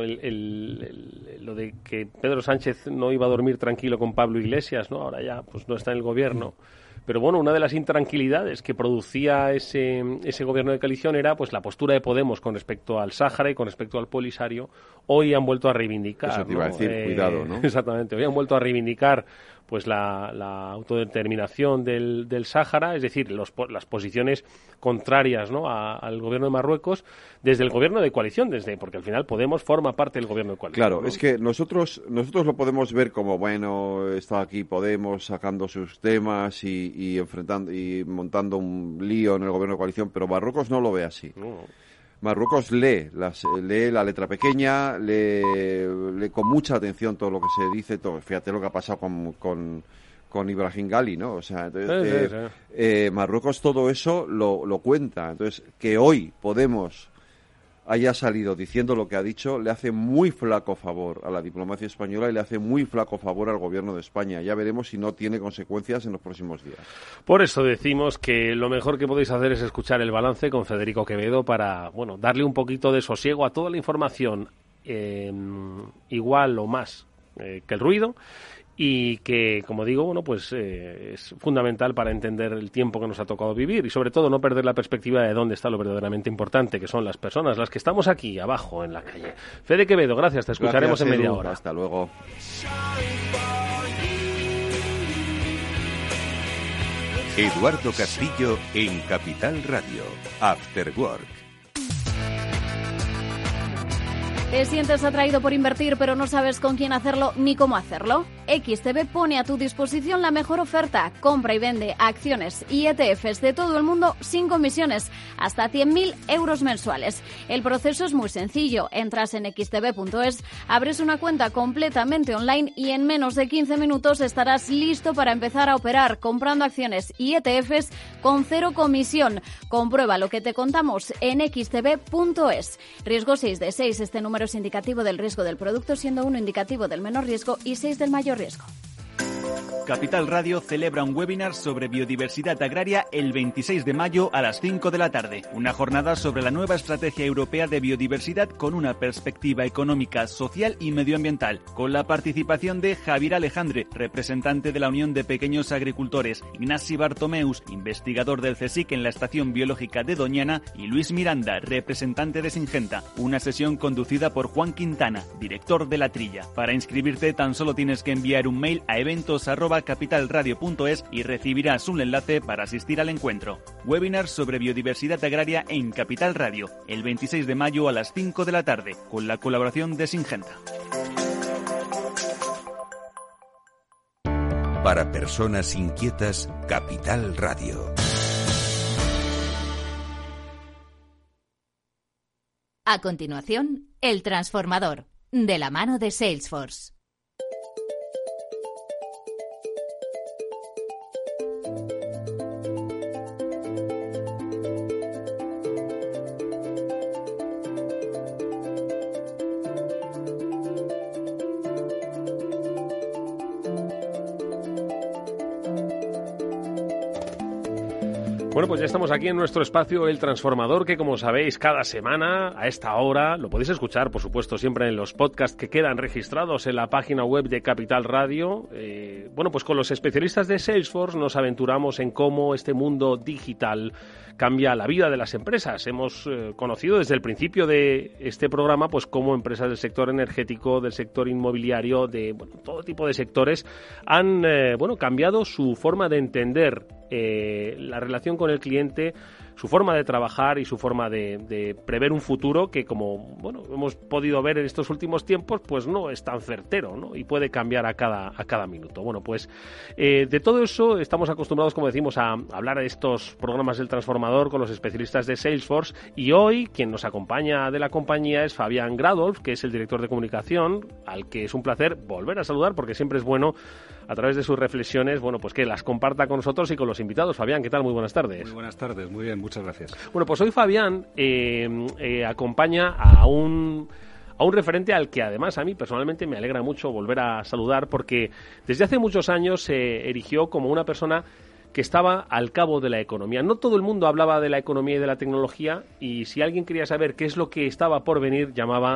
de que Pedro Sánchez no iba a dormir tranquilo con Pablo Iglesias, ¿no? Ahora ya pues no está en el gobierno, Pero bueno, una de las intranquilidades que producía ese gobierno de coalición era pues la postura de Podemos con respecto al Sáhara y con respecto al Polisario. Hoy han vuelto a reivindicar. Eso te iba a decir, cuidado, ¿no? Exactamente, hoy han vuelto a reivindicar pues la autodeterminación del Sáhara, es decir, las posiciones contrarias, ¿no?, al gobierno de Marruecos desde el gobierno de coalición, porque al final Podemos forma parte del gobierno de coalición. Claro, ¿no? Es que nosotros lo podemos ver como, bueno, está aquí Podemos sacando sus temas y enfrentando y montando un lío en el gobierno de coalición, pero Marruecos no lo ve así. No. Marruecos lee la letra pequeña, lee con mucha atención todo lo que se dice, todo. Fíjate lo que ha pasado con Ibrahim Gali, ¿no? O sea, entonces, Marruecos todo eso lo cuenta. Entonces, que hoy Podemos haya salido diciendo lo que ha dicho le hace muy flaco favor a la diplomacia española y le hace muy flaco favor al gobierno de España. Ya veremos si no tiene consecuencias en los próximos días. Por eso decimos que lo mejor que podéis hacer es escuchar el balance con Federico Quevedo para, bueno, darle un poquito de sosiego a toda la información, igual o más que el ruido, y que, como digo, bueno, pues es fundamental para entender el tiempo que nos ha tocado vivir y sobre todo no perder la perspectiva de dónde está lo verdaderamente importante, que son las personas, las que estamos aquí abajo en la calle. Fede Quevedo, gracias, te escucharemos en media hora. Hasta luego. Eduardo Castillo en Capital Radio, After Work. ¿Te sientes atraído por invertir pero no sabes con quién hacerlo ni cómo hacerlo? XTB pone a tu disposición la mejor oferta. Compra y vende acciones y ETFs de todo el mundo sin comisiones, hasta 100.000 euros mensuales. El proceso es muy sencillo. Entras en xtb.es, abres una cuenta completamente online y en menos de 15 minutos estarás listo para empezar a operar comprando acciones y ETFs con 0 comisión. Comprueba lo que te contamos en xtb.es. Riesgo 6 de 6. Este número es indicativo del riesgo del producto, siendo 1 indicativo del menor riesgo y 6 del mayor riesgo. Capital Radio celebra un webinar sobre biodiversidad agraria el 26 de mayo a las 5 de la tarde. Una jornada sobre la nueva estrategia europea de biodiversidad con una perspectiva económica, social y medioambiental. Con la participación de Javier Alejandre, representante de la Unión de Pequeños Agricultores, Ignasi Bartomeus, investigador del CSIC en la Estación Biológica de Doñana, y Luis Miranda, representante de Singenta. Una sesión conducida por Juan Quintana, director de La Trilla. Para inscribirte tan solo tienes que enviar un mail a eventos@capitalradio.es y recibirás un enlace para asistir al encuentro. Webinar sobre biodiversidad agraria en Capital Radio, el 26 de mayo a las 5 de la tarde, con la colaboración de Singenta. Para personas inquietas, Capital Radio. A continuación, El Transformador, de la mano de Salesforce. Bueno, pues ya estamos aquí en nuestro espacio El Transformador, que como sabéis, cada semana a esta hora lo podéis escuchar, por supuesto, siempre en los podcasts que quedan registrados en la página web de Capital Radio. Bueno, pues con los especialistas de Salesforce nos aventuramos en cómo este mundo digital cambia la vida de las empresas. Hemos conocido desde el principio de este programa pues cómo empresas del sector energético, del sector inmobiliario, de todo tipo de sectores han cambiado su forma de entender la relación con el cliente, su forma de trabajar y su forma de prever un futuro que, como hemos podido ver en estos últimos tiempos, pues no es tan certero, ¿no? Y puede cambiar a cada minuto. Bueno, pues de todo eso estamos acostumbrados, como decimos, a hablar de estos programas del Transformador con los especialistas de Salesforce, y hoy quien nos acompaña de la compañía es Fabián Gradolf, que es el director de comunicación, al que es un placer volver a saludar porque siempre es bueno, a través de sus reflexiones, pues que las comparta con nosotros y con los invitados. Fabián, ¿qué tal? Muy buenas tardes. Muy buenas tardes, muy bien, muchas gracias. Bueno, pues hoy Fabián acompaña a un referente al que además a mí personalmente me alegra mucho volver a saludar, porque desde hace muchos años se erigió como una persona que estaba al cabo de la economía. No todo el mundo hablaba de la economía y de la tecnología, y si alguien quería saber qué es lo que estaba por venir, llamaba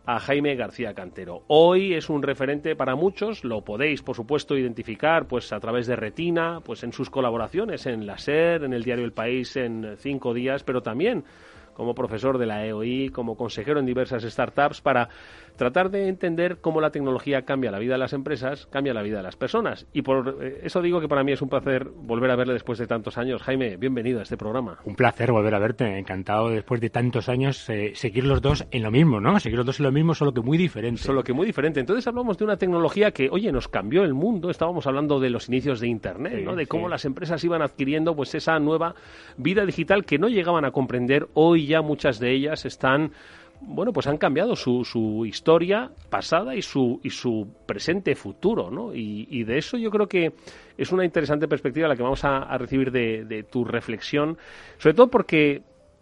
a Jaime García Cantero. Hoy es un referente para muchos, lo podéis, por supuesto, identificar pues a través de Retina, pues en sus colaboraciones en la SER, en el diario El País, en 5 días, pero también como profesor de la EOI, como consejero en diversas startups, para tratar de entender cómo la tecnología cambia la vida de las empresas, cambia la vida de las personas. Y por eso digo que para mí es un placer volver a verle después de tantos años. Jaime, bienvenido a este programa. Un placer volver a verte, encantado después de tantos años seguir los dos en lo mismo, ¿no? Seguir los dos en lo mismo, solo que muy diferente. Solo que muy diferente. Entonces hablamos de una tecnología que, oye, nos cambió el mundo. Estábamos hablando de los inicios de Internet, sí, ¿no? De cómo las empresas iban adquiriendo pues esa nueva vida digital que no llegaban a comprender. Hoy ya muchas de ellas están, bueno, pues han cambiado su historia pasada y su presente futuro, ¿no? Y de eso yo creo que es una interesante perspectiva la que vamos a recibir de tu reflexión, sobre todo porque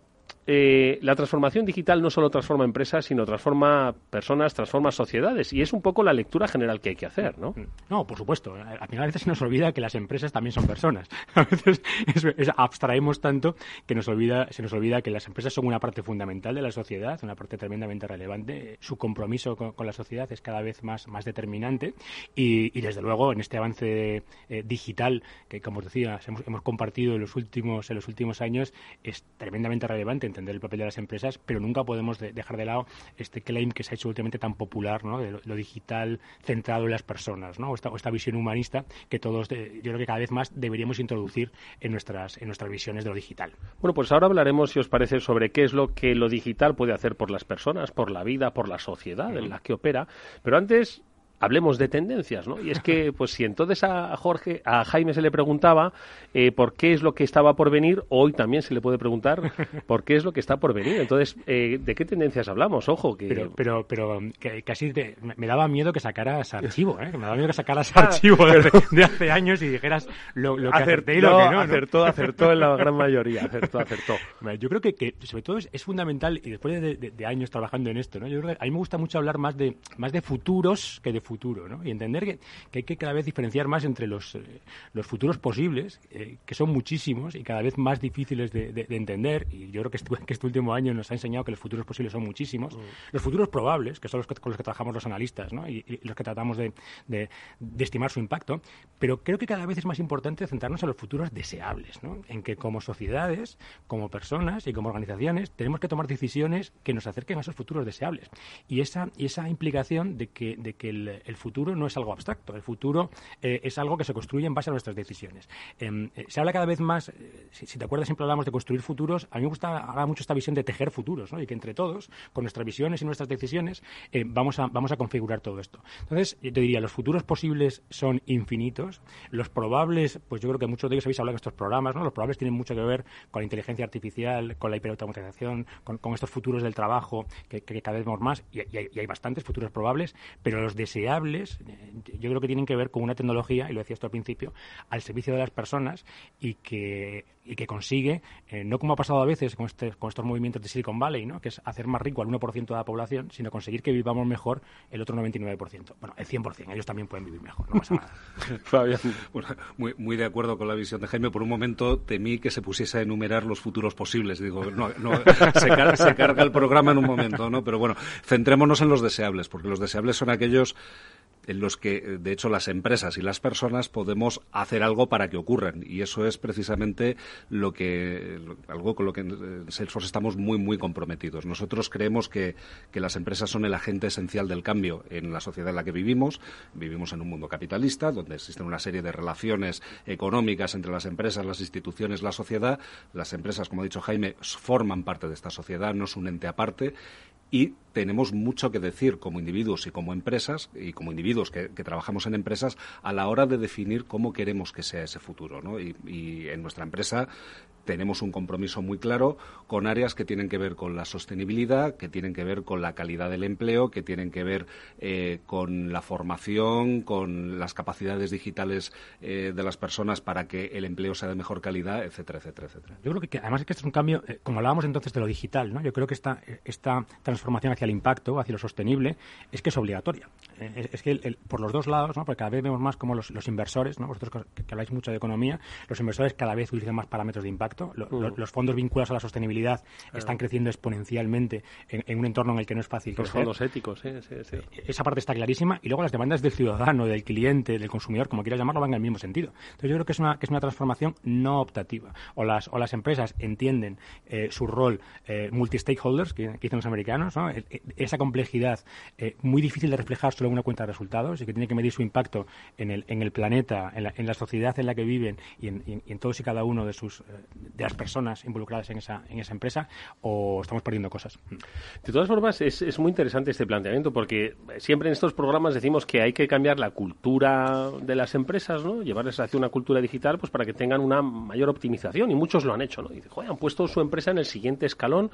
la transformación digital no solo transforma empresas, sino transforma personas, transforma sociedades, y es un poco la lectura general que hay que hacer, ¿no? No, por supuesto. Al final a veces se nos olvida que las empresas también son personas. A veces abstraemos tanto que se nos olvida que las empresas son una parte fundamental de la sociedad, una parte tremendamente relevante. Su compromiso con la sociedad es cada vez más determinante y desde luego en este avance digital que, como os decía, hemos compartido en los últimos años, es tremendamente relevante entender el papel de las empresas, pero nunca podemos dejar de lado este claim que se ha hecho últimamente tan popular, ¿no? De lo digital centrado en las personas, ¿no? O esta visión humanista que todos, yo creo que cada vez más deberíamos introducir en nuestras visiones de lo digital. Bueno, pues ahora hablaremos, si os parece, sobre qué es lo que lo digital puede hacer por las personas, por la vida, por la sociedad en la que opera, pero antes hablemos de tendencias, ¿no? Y es que, pues si entonces a Jaime se le preguntaba por qué es lo que estaba por venir, hoy también se le puede preguntar por qué es lo que está por venir. Entonces, ¿de qué tendencias hablamos? Ojo, que... Pero que casi me daba miedo que sacaras archivo, ¿eh? Que me daba miedo que sacaras archivo de hace años y dijeras lo que acerté y lo que no. Acertó en la gran mayoría, acertó. Yo creo que sobre todo es fundamental, y después de años trabajando en esto, ¿no? Yo creo que a mí me gusta mucho hablar más de futuros que de futuro, ¿no? Y entender que hay que cada vez diferenciar más entre los futuros posibles, que son muchísimos y cada vez más difíciles de entender, y yo creo que este último año nos ha enseñado que los futuros posibles son muchísimos, los futuros probables, que son con los que trabajamos los analistas, ¿no? y los que tratamos de estimar su impacto, pero creo que cada vez es más importante centrarnos en los futuros deseables, ¿no? En que como sociedades, como personas y como organizaciones tenemos que tomar decisiones que nos acerquen a esos futuros deseables, y esa implicación de que el futuro no es algo abstracto, el futuro es algo que se construye en base a nuestras decisiones. Se habla cada vez más, si te acuerdas, siempre hablamos de construir futuros. A mí me gusta ahora mucho esta visión de tejer futuros, ¿no? Y que entre todos, con nuestras visiones y nuestras decisiones, vamos a configurar todo esto. Entonces, yo te diría, los futuros posibles son infinitos, los probables, pues yo creo que muchos de ellos habéis hablado en estos programas, ¿no? Los probables tienen mucho que ver con la inteligencia artificial, con la hiperautomatización, con estos futuros del trabajo que cada vez vemos más, y hay bastantes futuros probables, pero los deseables yo creo que tienen que ver con una tecnología, y lo decías tú al principio, al servicio de las personas y que consigue, no como ha pasado a veces con estos movimientos de Silicon Valley, ¿no? Que es hacer más rico al 1% de la población, sino conseguir que vivamos mejor el otro 99%. Bueno, el 100%, ellos también pueden vivir mejor, no pasa nada. Fabián. Bueno, muy de acuerdo con la visión de Jaime. Por un momento temí que se pusiese a enumerar los futuros posibles. Digo, no se carga el programa en un momento, ¿no? Pero bueno, centrémonos en los deseables, porque los deseables son aquellos en los que, de hecho, las empresas y las personas podemos hacer algo para que ocurran. Y eso es precisamente algo con lo que en Salesforce estamos muy comprometidos. Nosotros creemos que las empresas son el agente esencial del cambio en la sociedad en la que vivimos. Vivimos en un mundo capitalista, donde existen una serie de relaciones económicas entre las empresas, las instituciones, la sociedad. Las empresas, como ha dicho Jaime, forman parte de esta sociedad, no es un ente aparte. Y tenemos mucho que decir como individuos y como empresas, y como individuos que trabajamos en empresas, a la hora de definir cómo queremos que sea ese futuro, ¿no? Y en nuestra empresa tenemos un compromiso muy claro con áreas que tienen que ver con la sostenibilidad, que tienen que ver con la calidad del empleo, que tienen que ver con la formación, con las capacidades digitales de las personas para que el empleo sea de mejor calidad, etcétera. Yo creo que además es que este es un cambio, como hablábamos entonces de lo digital, ¿no? Yo creo que esta transformación hacia el impacto, hacia lo sostenible, es que es obligatoria. Es que por los dos lados, ¿no? Porque cada vez vemos más como los inversores, ¿no? Vosotros que habláis mucho de economía, los inversores cada vez utilizan más parámetros de impacto. Los fondos vinculados a la sostenibilidad están creciendo exponencialmente en un entorno en el que no es fácil los crecer. Fondos éticos, sí. Esa parte está clarísima, y luego las demandas del ciudadano, del cliente, del consumidor, como quieras llamarlo, van en el mismo sentido. Entonces yo creo que es una transformación no optativa. O las empresas entienden su rol multi-stakeholders, que dicen los americanos, ¿no? Esa complejidad muy difícil de reflejar solo en una cuenta de resultados, y que tiene que medir su impacto en el planeta, en la sociedad en la que viven y en todos y cada uno de las personas involucradas en esa empresa, o estamos perdiendo cosas. De todas formas, es muy interesante este planteamiento, porque siempre en estos programas decimos que hay que cambiar la cultura de las empresas, ¿no? Llevarles hacia una cultura digital, pues para que tengan una mayor optimización, y muchos lo han hecho, ¿no? Dicen, joder, han puesto su empresa en el siguiente escalón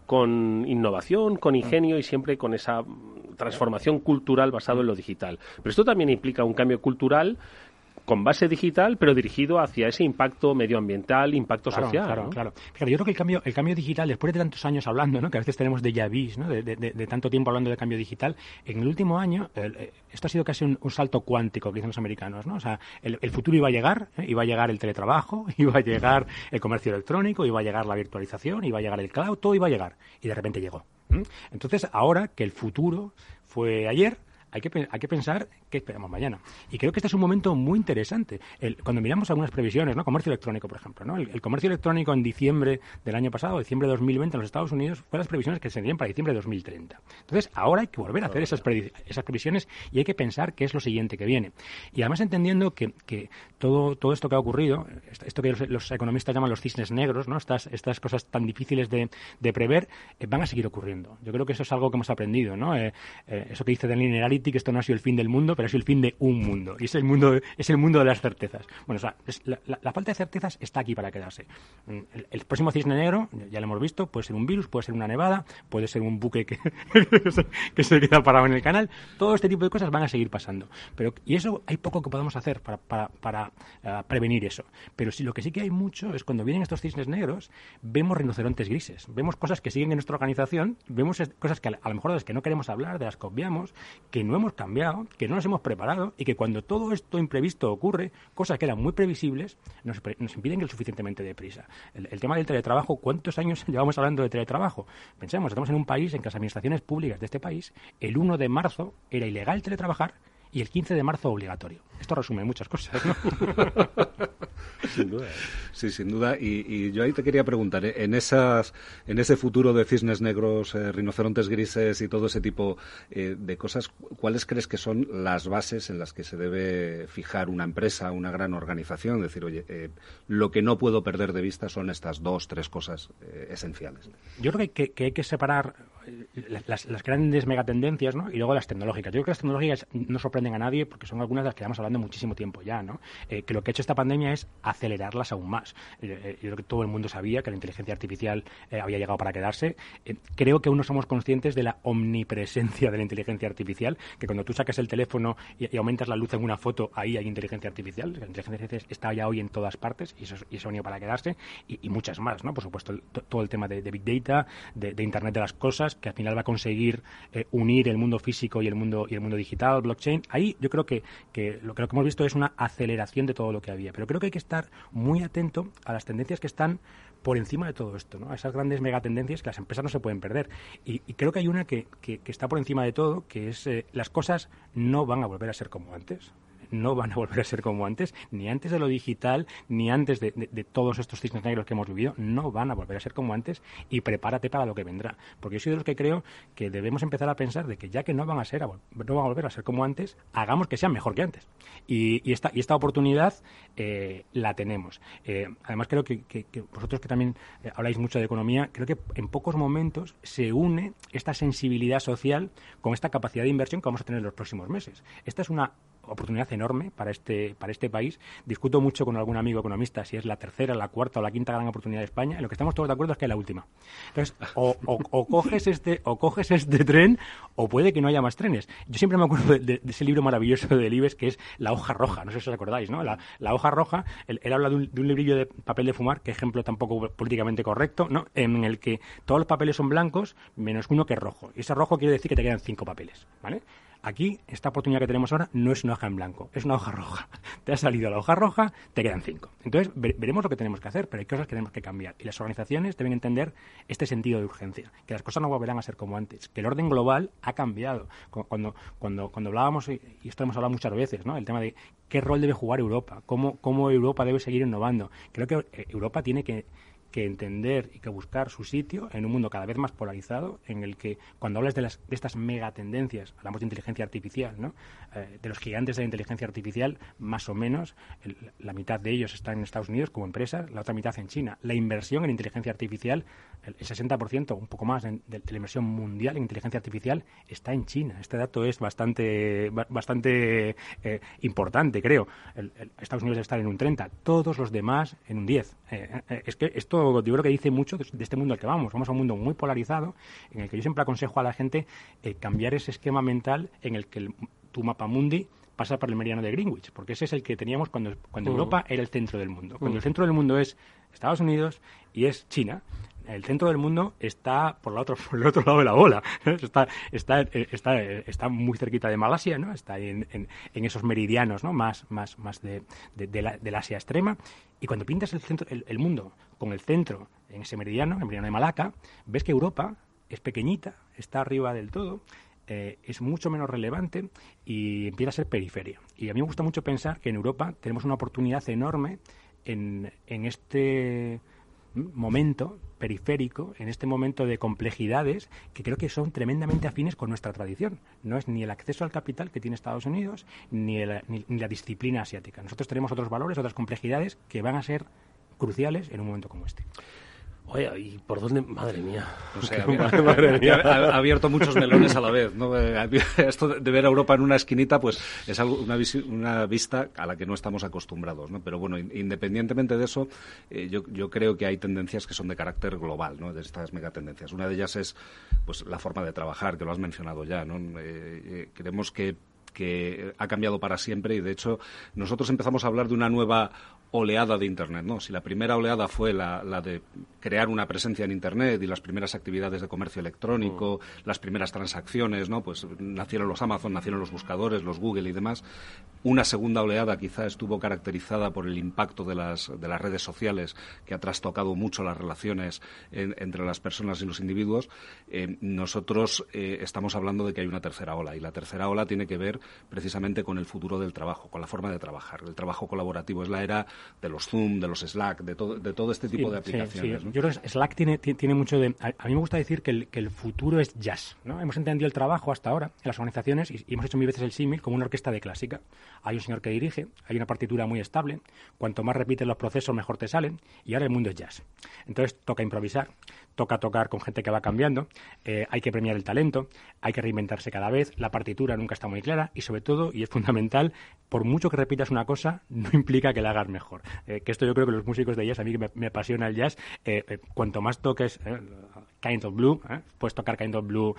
con innovación, con ingenio y siempre con esa transformación cultural basado en lo digital. Pero esto también implica un cambio cultural con base digital, pero dirigido hacia ese impacto medioambiental, impacto social. Claro. Fíjate, yo creo que el cambio digital, después de tantos años hablando, ¿no? Que a veces tenemos déjà vus, ¿no? De tanto tiempo hablando de cambio digital, en el último año esto ha sido casi un salto cuántico, que dicen los americanos, ¿no? O sea, el futuro iba a llegar el teletrabajo, iba a llegar el comercio electrónico, iba a llegar la virtualización, iba a llegar el cloud, todo iba a llegar, y de repente llegó. Entonces, ahora que el futuro fue ayer, hay que pensar qué esperamos mañana. Y creo que este es un momento muy interesante. Cuando miramos algunas previsiones, ¿no? Comercio electrónico, por ejemplo, ¿no? El comercio electrónico en diciembre del año pasado, diciembre de 2020 en los Estados Unidos, fueron las previsiones que se tenían para diciembre de 2030. Entonces, ahora hay que volver a hacer esas previsiones, y hay que pensar qué es lo siguiente que viene. Y además entendiendo que todo esto que ha ocurrido, esto que los economistas llaman los cisnes negros, ¿no? Estas cosas tan difíciles de prever, van a seguir ocurriendo. Yo creo que eso es algo que hemos aprendido, ¿no? Eso que dice de linearity, que esto no ha sido el fin del mundo, pero ha sido el fin de un mundo, y es el mundo de las certezas. Bueno, o sea, la falta de certezas está aquí para quedarse. El próximo cisne negro, ya lo hemos visto, puede ser un virus, puede ser una nevada, puede ser un buque que se queda parado en el canal. Todo este tipo de cosas van a seguir pasando. Y eso hay poco que podamos hacer para prevenir eso. Pero lo que sí que hay mucho es cuando vienen estos cisnes negros, vemos rinocerontes grises, vemos cosas que siguen en nuestra organización, vemos cosas que a lo mejor de las que no queremos hablar, de las que obviamos, que no hemos cambiado, que no nos hemos preparado, y que cuando todo esto imprevisto ocurre, cosas que eran muy previsibles, nos impiden ir suficientemente deprisa. El tema del teletrabajo, ¿cuántos años llevamos hablando de teletrabajo? Pensemos, estamos en un país en que las administraciones públicas de este país, el 1 de marzo era ilegal teletrabajar y el 15 de marzo obligatorio. Esto resume muchas cosas, ¿no? Sin duda. Sí, sin duda. Y yo ahí te quería preguntar, en ese futuro de cisnes negros, rinocerontes grises y todo ese tipo de cosas, ¿cuáles crees que son las bases en las que se debe fijar una empresa, una gran organización? Decir, oye, lo que no puedo perder de vista son estas 2-3 cosas esenciales. Yo creo que hay que separar las grandes megatendencias, ¿no? Y luego las tecnológicas. Yo creo que las tecnológicas no sorprenden a nadie porque son algunas de las que llevamos hablando muchísimo tiempo ya, ¿no? Que lo que ha hecho esta pandemia es acelerarlas aún más. Yo creo que todo el mundo sabía que la inteligencia artificial había llegado para quedarse. Creo que aún no somos conscientes de la omnipresencia de la inteligencia artificial, que cuando tú sacas el teléfono y aumentas la luz en una foto, ahí hay inteligencia artificial. La inteligencia artificial está ya hoy en todas partes y eso ha venido para quedarse, y muchas más, ¿no? Por supuesto, todo el tema de Big Data, de Internet de las cosas, que al final va a conseguir unir el mundo físico y el mundo digital, blockchain. Ahí yo creo que lo que hemos visto es una aceleración de todo lo que había. Pero creo que hay que estar muy atento a las tendencias que están por encima de todo esto, ¿no? A esas grandes megatendencias que las empresas no se pueden perder. Y creo que hay una que está por encima de todo, que es las cosas no van a volver a ser como antes. No van a volver a ser como antes, ni antes de lo digital, ni antes de todos estos cisnes negros que hemos vivido. No van a volver a ser como antes, y prepárate para lo que vendrá. Porque yo soy de los que creo que debemos empezar a pensar de que ya que no van a volver a ser como antes, hagamos que sean mejor que antes. Y esta oportunidad la tenemos. Además creo que vosotros, que también habláis mucho de economía, creo que en pocos momentos se une esta sensibilidad social con esta capacidad de inversión que vamos a tener en los próximos meses. Esta es una oportunidad enorme para este país. Discuto mucho con algún amigo economista si es la tercera, la cuarta o la quinta gran oportunidad de España. En lo que estamos todos de acuerdo es que es la última. Entonces, o coges este tren, o puede que no haya más trenes. Yo siempre me acuerdo de ese libro maravilloso de Delibes, que es La hoja roja. No sé si os acordáis, ¿no? La hoja roja, él habla de un librillo de papel de fumar, que ejemplo tampoco políticamente correcto, ¿no? En el que todos los papeles son blancos, menos uno que es rojo. Y ese rojo quiere decir que te quedan 5 papeles, ¿vale? Aquí, esta oportunidad que tenemos ahora no es una hoja en blanco, es una hoja roja. Te ha salido la hoja roja, te quedan 5. Entonces, veremos lo que tenemos que hacer, pero hay cosas que tenemos que cambiar. Y las organizaciones deben entender este sentido de urgencia, que las cosas no volverán a ser como antes, que el orden global ha cambiado. Cuando hablábamos, y esto hemos hablado muchas veces, ¿no? El tema de qué rol debe jugar Europa, cómo Europa debe seguir innovando. Creo que Europa tiene que entender y que buscar su sitio en un mundo cada vez más polarizado, en el que cuando hablas de estas megatendencias, hablamos de inteligencia artificial, ¿no? De los gigantes de la inteligencia artificial, más o menos, la mitad de ellos están en Estados Unidos como empresas, la otra mitad en China. La inversión en inteligencia artificial, el 60%, un poco más, de la inversión mundial en inteligencia artificial está en China. Este dato es bastante importante, creo. Estados Unidos debe estar en un 30%, todos los demás en un 10%. Es que esto yo creo que dice mucho de este mundo al que vamos. Vamos a un mundo muy polarizado, en el que yo siempre aconsejo a la gente cambiar ese esquema mental en el que tu mapamundi pasa por el meridiano de Greenwich, porque ese es el que teníamos cuando Europa era el centro del mundo. Cuando el centro del mundo es Estados Unidos y es China, el centro del mundo está por el otro lado de la bola. Está muy cerquita de Malasia, ¿no? Está en esos meridianos, ¿no? más del Asia extrema. Y cuando pintas el mundo con el centro en ese meridiano, el meridiano de Malaca, ves que Europa es pequeñita, está arriba del todo, es mucho menos relevante y empieza a ser periferia. Y a mí me gusta mucho pensar que en Europa tenemos una oportunidad enorme en este momento periférico, en este momento de complejidades que creo que son tremendamente afines con nuestra tradición. No es ni el acceso al capital que tiene Estados Unidos ni la disciplina asiática. Nosotros tenemos otros valores, otras complejidades que van a ser cruciales en un momento como este. Oye, ¿y por dónde? Madre mía. O sea, ha abierto muchos melones a la vez, ¿no? Esto de ver a Europa en una esquinita, pues es algo, una vista a la que no estamos acostumbrados, ¿no? Pero bueno, independientemente de eso, yo creo que hay tendencias que son de carácter global, ¿no? De estas megatendencias. Una de ellas es, pues, la forma de trabajar, que lo has mencionado ya, ¿no? Creemos que ha cambiado para siempre y, de hecho, nosotros empezamos a hablar de una nueva oleada de Internet, ¿no? Si la primera oleada fue la de crear una presencia en Internet y las primeras actividades de comercio electrónico, las primeras transacciones, ¿no? Pues nacieron los Amazon, nacieron los buscadores, los Google y demás. Una segunda oleada quizá estuvo caracterizada por el impacto de las redes sociales, que ha trastocado mucho las relaciones entre las personas y los individuos. Nosotros estamos hablando de que hay una tercera ola, y la tercera ola tiene que ver precisamente con el futuro del trabajo, con la forma de trabajar, el trabajo colaborativo. Es la era de los Zoom, de los Slack, de todo este tipo de aplicaciones. Sí. ¿No? Yo creo que Slack tiene mucho de... A mí me gusta decir que el futuro es jazz, ¿no? Hemos entendido el trabajo hasta ahora en las organizaciones y hemos hecho mil veces el símil como una orquesta de clásica. Hay un señor que dirige, hay una partitura muy estable, cuanto más repites los procesos mejor te salen, y ahora el mundo es jazz. Entonces toca improvisar, toca tocar con gente que va cambiando, hay que premiar el talento, hay que reinventarse cada vez, la partitura nunca está muy clara y, sobre todo, y es fundamental, por mucho que repitas una cosa, no implica que la hagas mejor. Que esto yo creo que los músicos de jazz, a mí que me apasiona el jazz, cuanto más toques Kind of Blue, puedes tocar Kind of Blue...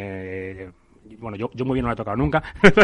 bueno, yo muy bien no la he tocado nunca,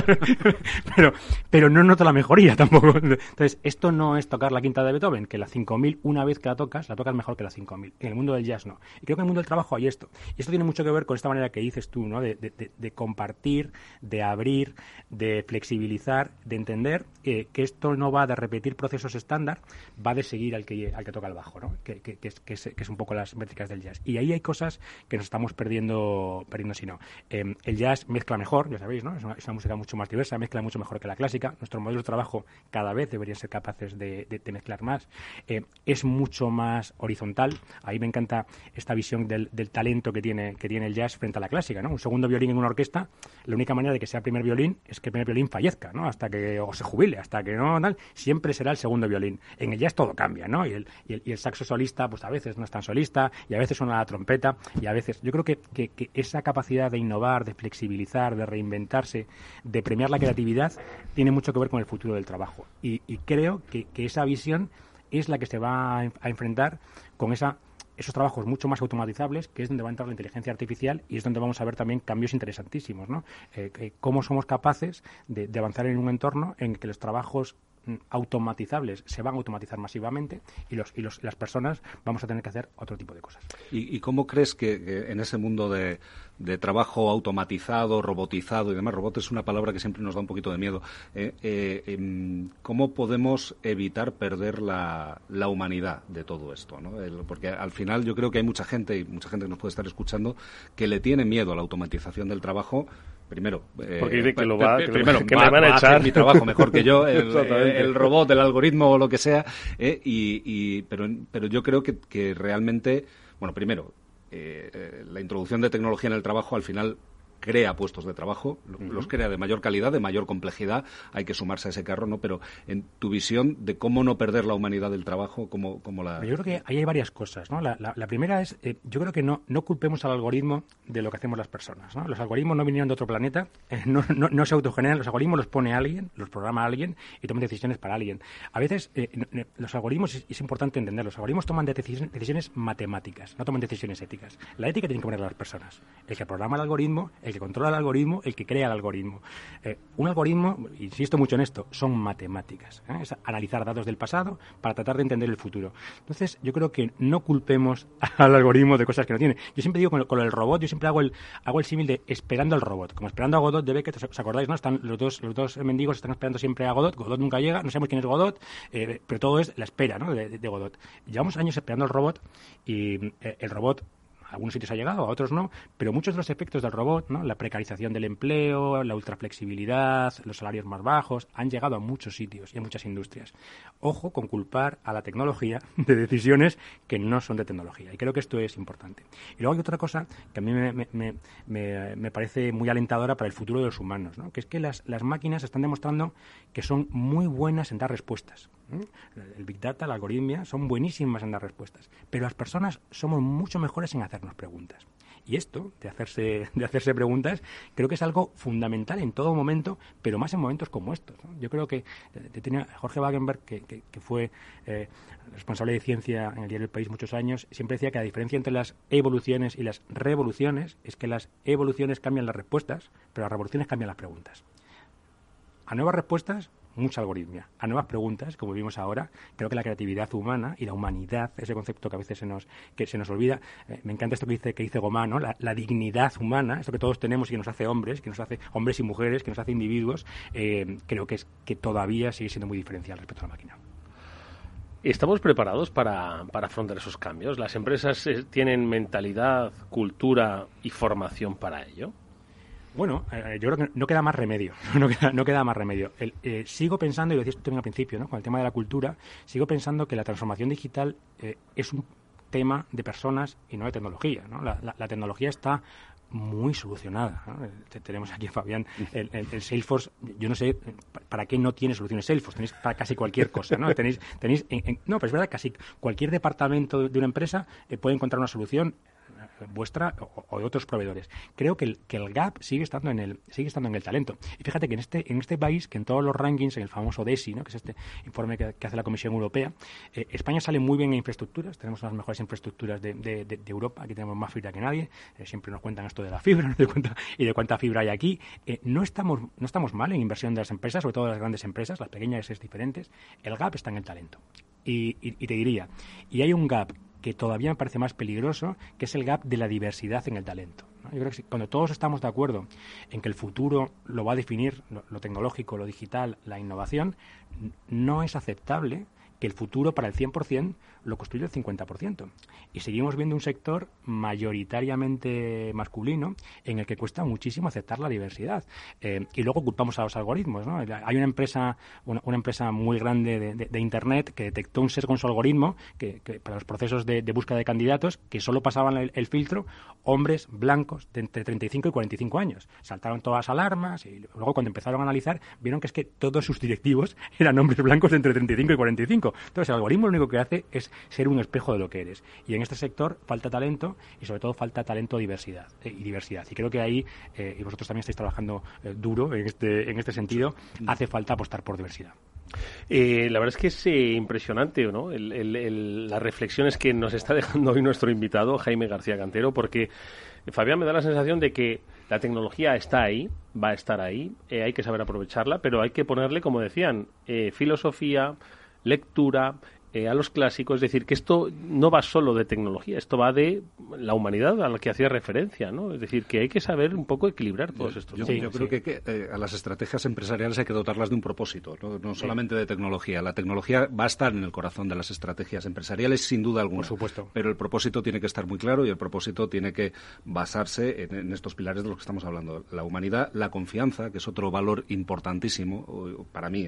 pero no noto la mejoría tampoco. Entonces, esto no es tocar la quinta de Beethoven, que la 5000, una vez que la tocas mejor que la 5000. En el mundo del jazz no. Y creo que en el mundo del trabajo hay esto. Y esto tiene mucho que ver con esta manera que dices tú, ¿no? De compartir, de abrir, de flexibilizar, de entender que esto no va de repetir procesos estándar, va de seguir al que toca el bajo, ¿no? Que es un poco las métricas del jazz. Y ahí hay cosas que nos estamos perdiendo si no. El jazz mezcla mejor, ya sabéis, ¿no? Es una música mucho más diversa, mezcla mucho mejor que la clásica. Nuestros modelos de trabajo cada vez deberían ser capaces de mezclar más. Es mucho más horizontal. Ahí me encanta esta visión del talento que tiene el jazz frente a la clásica, ¿no? Un segundo violín en una orquesta, la única manera de que sea el primer violín es que el primer violín fallezca, ¿no? O se jubile, hasta que no, tal, siempre será el segundo violín. En el jazz todo cambia, ¿no? Y el saxo solista, pues a veces no es tan solista, y a veces suena la trompeta, y a veces... Yo creo que esa capacidad de innovar, de flexibilidad, utilizar, de reinventarse, de premiar la creatividad, tiene mucho que ver con el futuro del trabajo. Y creo que esa visión es la que se va a enfrentar con esos trabajos mucho más automatizables, que es donde va a entrar la inteligencia artificial y es donde vamos a ver también cambios interesantísimos, ¿no? Cómo somos capaces de avanzar en un entorno en que los trabajos automatizables se van a automatizar masivamente y las personas vamos a tener que hacer otro tipo de cosas. ¿Y cómo crees que en ese mundo de trabajo automatizado, robotizado y demás, robot es una palabra que siempre nos da un poquito de miedo, cómo podemos evitar perder la humanidad de todo esto, ¿no? Porque al final yo creo que hay mucha gente, y mucha gente que nos puede estar escuchando, que le tiene miedo a la automatización del trabajo. Primero, porque dice que me van a echar hacer mi trabajo mejor que yo, el robot, el algoritmo o lo que sea, pero yo creo que realmente, bueno, primero, la introducción de tecnología en el trabajo al final crea puestos de trabajo, los crea de mayor calidad, de mayor complejidad, hay que sumarse a ese carro, ¿no? Pero en tu visión de cómo no perder la humanidad del trabajo, ¿cómo la...? Yo creo que ahí hay varias cosas, ¿no? La primera es, yo creo que no culpemos al algoritmo de lo que hacemos las personas, ¿no? Los algoritmos no vinieron de otro planeta, no se autogeneran, los algoritmos los pone alguien, los programa alguien y toman decisiones para alguien. A veces los algoritmos, es importante entenderlo, los algoritmos toman decisiones matemáticas, no toman decisiones éticas. La ética tiene que poner las personas. El que programa el algoritmo, el que controla el algoritmo, el que crea el algoritmo. Un algoritmo, insisto mucho en esto, son matemáticas. Es analizar datos del pasado para tratar de entender el futuro. Entonces, yo creo que no culpemos al algoritmo de cosas que no tiene. Yo siempre digo con el robot, yo siempre hago el símil de esperando al robot. Como esperando a Godot de Beckett, ¿os acordáis, no? Están los dos mendigos están esperando siempre a Godot. Godot nunca llega, no sabemos quién es Godot, pero todo es la espera, ¿no? de Godot. Llevamos años esperando al robot y el robot a algunos sitios ha llegado, a otros no, pero muchos de los efectos del robot, ¿no? La precarización del empleo, la ultraflexibilidad, los salarios más bajos, han llegado a muchos sitios y a muchas industrias. Ojo con culpar a la tecnología de decisiones que no son de tecnología, y creo que esto es importante. Y luego hay otra cosa que a mí me parece muy alentadora para el futuro de los humanos, ¿no? Que es que las máquinas están demostrando que son muy buenas en dar respuestas. El Big Data, la algoritmia, son buenísimas en dar respuestas, pero las personas somos mucho mejores en hacernos preguntas. Y esto, de hacerse preguntas, creo que es algo fundamental en todo momento, pero más en momentos como estos, ¿no? Yo creo que tenía Jorge Wagenberg, que fue responsable de ciencia en el diario El País muchos años, siempre decía que la diferencia entre las evoluciones y las revoluciones es que las evoluciones cambian las respuestas, pero las revoluciones cambian las preguntas. A nuevas respuestas, mucha algoritmia. A nuevas preguntas, como vimos ahora, creo que la creatividad humana y la humanidad, ese concepto que a veces se nos olvida, me encanta esto que dice Gomá, ¿no? La dignidad humana, esto que todos tenemos y que nos hace hombres, que nos hace hombres y mujeres, que nos hace individuos, creo que todavía sigue siendo muy diferencial respecto a la máquina. ¿Estamos preparados para afrontar esos cambios? ¿Las empresas tienen mentalidad, cultura y formación para ello? Bueno, yo creo que no queda más remedio. No queda más remedio. Sigo pensando, y lo decías tú también al principio, ¿no? Con el tema de la cultura, sigo pensando que la transformación digital es un tema de personas y no de tecnología, ¿no? La tecnología está muy solucionada, ¿no? Tenemos aquí a Fabián el Salesforce. Yo no sé para qué no tiene soluciones Salesforce. Tenéis para casi cualquier cosa, ¿no? Tenéis no, pero es verdad, casi cualquier departamento de una empresa puede encontrar una solución vuestra o de otros proveedores. Creo que el gap sigue estando en el talento. Y fíjate que en este país, que en todos los rankings, en el famoso DESI, ¿no? Que es este informe que hace la Comisión Europea, España sale muy bien en infraestructuras. Tenemos las mejores infraestructuras de Europa. Aquí tenemos más fibra que nadie. Siempre nos cuentan esto de la fibra, ¿no? y de cuánta fibra hay aquí. No estamos mal en inversión de las empresas, sobre todo de las grandes empresas. Las pequeñas es diferentes. El gap está en el talento. Y te diría, y hay un gap que todavía me parece más peligroso, que es el gap de la diversidad en el talento, ¿no? Yo creo que cuando todos estamos de acuerdo en que el futuro lo va a definir lo tecnológico, lo digital, la innovación, no es aceptable que el futuro para el 100% lo construye el 50%. Y seguimos viendo un sector mayoritariamente masculino en el que cuesta muchísimo aceptar la diversidad. Y luego culpamos a los algoritmos, ¿no? Hay una empresa muy grande de Internet que detectó un sesgo en su algoritmo que para los procesos de búsqueda de candidatos que solo pasaban el filtro hombres blancos de entre 35 y 45 años. Saltaron todas las alarmas y luego cuando empezaron a analizar vieron que es que todos sus directivos eran hombres blancos de entre 35 y 45. todo. Entonces, el algoritmo lo único que hace es ser un espejo de lo que eres. Y en este sector falta talento y, sobre todo, falta talento y diversidad. Y creo que ahí, y vosotros también estáis trabajando duro en este sentido, hace falta apostar por diversidad. La verdad es que es impresionante, ¿no? Las reflexiones que nos está dejando hoy nuestro invitado, Jaime García Cantero, porque Fabián, me da la sensación de que la tecnología está ahí, va a estar ahí, hay que saber aprovecharla, pero hay que ponerle, como decían, filosofía, lectura, a los clásicos, es decir, que esto no va solo de tecnología, esto va de la humanidad a la que hacía referencia, ¿no? Es decir, que hay que saber un poco equilibrar todos estos Yo creo que a las estrategias empresariales hay que dotarlas de un propósito, no solamente de tecnología. La tecnología va a estar en el corazón de las estrategias empresariales, sin duda alguna. Por supuesto. Pero el propósito tiene que estar muy claro y el propósito tiene que basarse en estos pilares de los que estamos hablando. La humanidad, la confianza, que es otro valor importantísimo para mí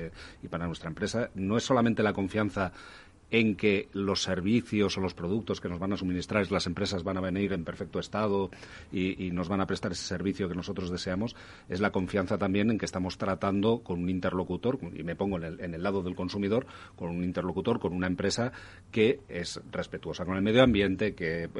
y para nuestra empresa. No es solamente la confianza en que los servicios o los productos que nos van a suministrar las empresas van a venir en perfecto estado y nos van a prestar ese servicio que nosotros deseamos, es la confianza también en que estamos tratando con un interlocutor, y me pongo en el lado del consumidor, con un interlocutor, con una empresa que es respetuosa con el medio ambiente,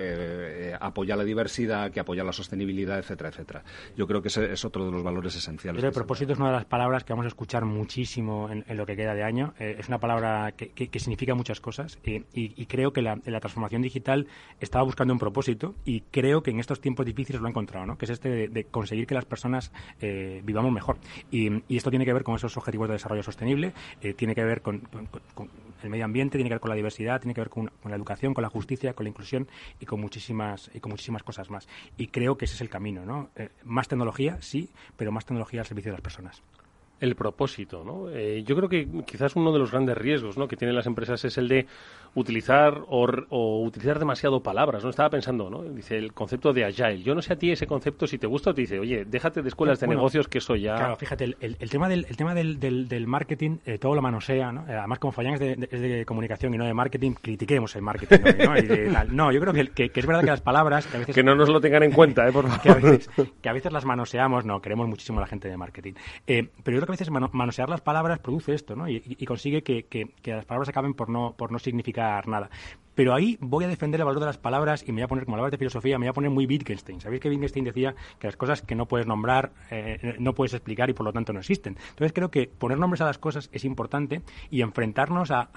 que apoya la diversidad, que apoya la sostenibilidad, etcétera, etcétera. Yo creo que ese es otro de los valores esenciales. El propósito es una de las palabras que vamos a escuchar muchísimo en lo que queda de año. Es una palabra que significa muchas cosas y creo que la transformación digital estaba buscando un propósito y creo que en estos tiempos difíciles lo ha encontrado, ¿no? Que es este de conseguir que las personas vivamos mejor. Y esto tiene que ver con esos objetivos de desarrollo sostenible, tiene que ver con el medio ambiente, tiene que ver con la diversidad, tiene que ver con la educación, con la justicia, con la inclusión y con muchísimas cosas más. Y creo que ese es el camino, ¿no? Más tecnología, sí, pero más tecnología al servicio de las personas. El propósito, ¿no? Yo creo que quizás uno de los grandes riesgos, ¿no?, que tienen las empresas es el de utilizar o utilizar demasiado palabras, ¿no? Estaba pensando, ¿no? Dice el concepto de Agile. Yo no sé a ti ese concepto si te gusta o te dice, oye, déjate de escuelas de negocios que eso ya... Claro, fíjate, el tema del marketing, todo lo manosea, ¿no? Además, como Fabián es de comunicación y no de marketing, critiquemos el marketing hoy, ¿no? No, yo creo que es verdad que las palabras... Que a veces, que no nos lo tengan en cuenta, por favor. Que a veces las manoseamos, no, queremos muchísimo a la gente de marketing. Pero yo creo que a veces manosear las palabras produce esto, ¿no? Y consigue que las palabras acaben por no significar nada. Pero ahí voy a defender el valor de las palabras y me voy a poner, como hablabas de filosofía, me voy a poner muy Wittgenstein. ¿Sabéis que Wittgenstein decía que las cosas que no puedes nombrar, no puedes explicar y por lo tanto no existen? Entonces creo que poner nombres a las cosas es importante y enfrentarnos a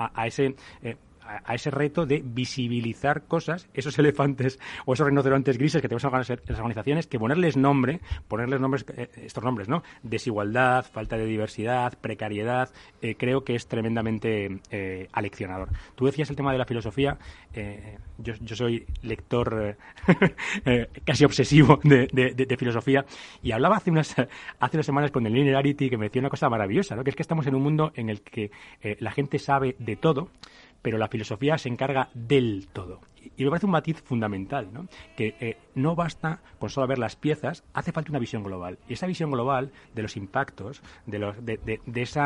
ese reto de visibilizar cosas, esos elefantes o esos rinocerontes grises que tenemos en las organizaciones, que ponerles nombres, estos nombres, ¿no? Desigualdad, falta de diversidad, precariedad, creo que es tremendamente aleccionador. Tú decías el tema de la filosofía, yo soy lector casi obsesivo de filosofía y hablaba hace unas semanas con el Linearity que me decía una cosa maravillosa, ¿no? Que es que estamos en un mundo en el que la gente sabe de todo, pero la filosofía se encarga del todo. Y me parece un matiz fundamental, ¿no? Que no basta con solo ver las piezas, hace falta una visión global. Y esa visión global de los impactos, de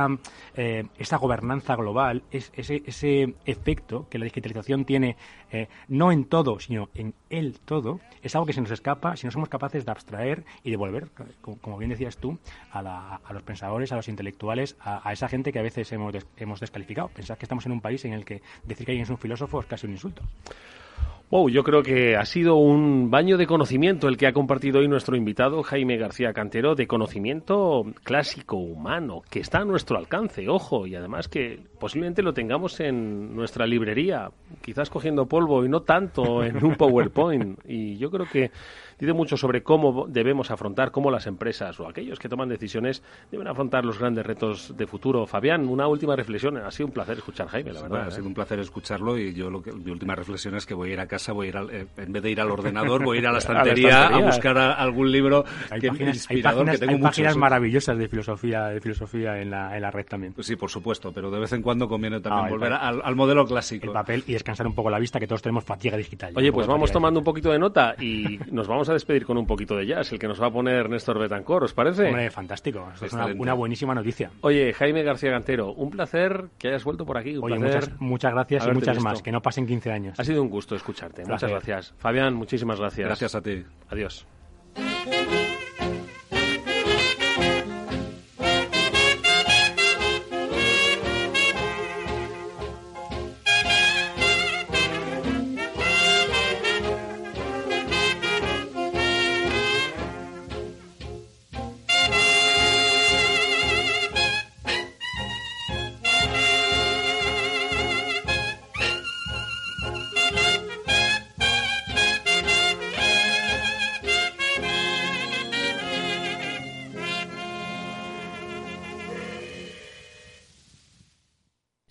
esa gobernanza global, ese efecto que la digitalización tiene, no en todo, sino en el todo, es algo que se nos escapa si no somos capaces de abstraer y devolver, como bien decías tú, a los pensadores, a los intelectuales, a esa gente que a veces hemos descalificado. Pensad que estamos en un país en el que decir que alguien es un filósofo es casi un insulto. Wow, yo creo que ha sido un baño de conocimiento el que ha compartido hoy nuestro invitado, Jaime García Cantero, de conocimiento clásico, humano, que está a nuestro alcance, ojo, y además que posiblemente lo tengamos en nuestra librería, quizás cogiendo polvo y no tanto en un PowerPoint. Y yo creo que dice mucho sobre cómo debemos afrontar, cómo las empresas o aquellos que toman decisiones deben afrontar los grandes retos de futuro. Fabián, una última reflexión. Ha sido un placer escuchar a Jaime, la verdad. Ha sido un placer escucharlo y mi última reflexión es que voy a ir a casa, en vez de ir al ordenador, voy a ir a la estantería a buscar algún libro inspirador. Hay páginas maravillosas de filosofía en la red también. Pues sí, por supuesto, pero de vez en cuando conviene también volver al modelo clásico. El papel y descansar un poco la vista, que todos tenemos fatiga digital. Oye, pues vamos tomando un poquito de nota y nos vamos a despedir con un poquito de jazz, el que nos va a poner Néstor Betancor, ¿os parece? Hombre, fantástico. Esto es una buenísima noticia. Oye, Jaime García Cantero, un placer que hayas vuelto por aquí. Oye, muchas gracias y muchas más. Que no pasen 15 años. Ha sido un gusto escucharte. Muchas gracias. Fabián, muchísimas gracias. Gracias a ti. Adiós.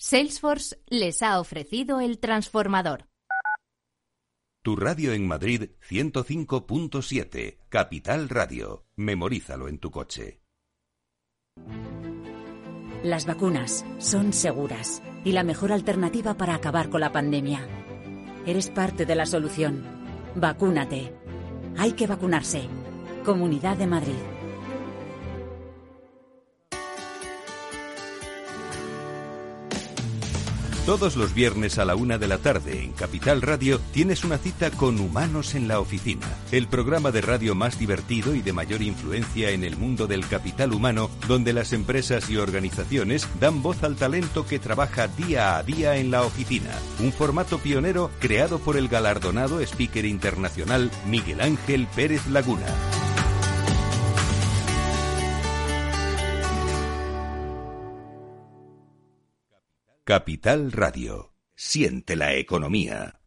Salesforce les ha ofrecido el transformador. Tu radio en Madrid 105.7, Capital Radio. Memorízalo en tu coche. Las vacunas son seguras y la mejor alternativa para acabar con la pandemia. Eres parte de la solución. Vacúnate. Hay que vacunarse. Comunidad de Madrid. Todos los viernes a la 1 de la tarde en Capital Radio tienes una cita con Humanos en la Oficina, el programa de radio más divertido y de mayor influencia en el mundo del capital humano, donde las empresas y organizaciones dan voz al talento que trabaja día a día en la oficina. Un formato pionero creado por el galardonado speaker internacional Miguel Ángel Pérez Laguna. Capital Radio. Siente la economía.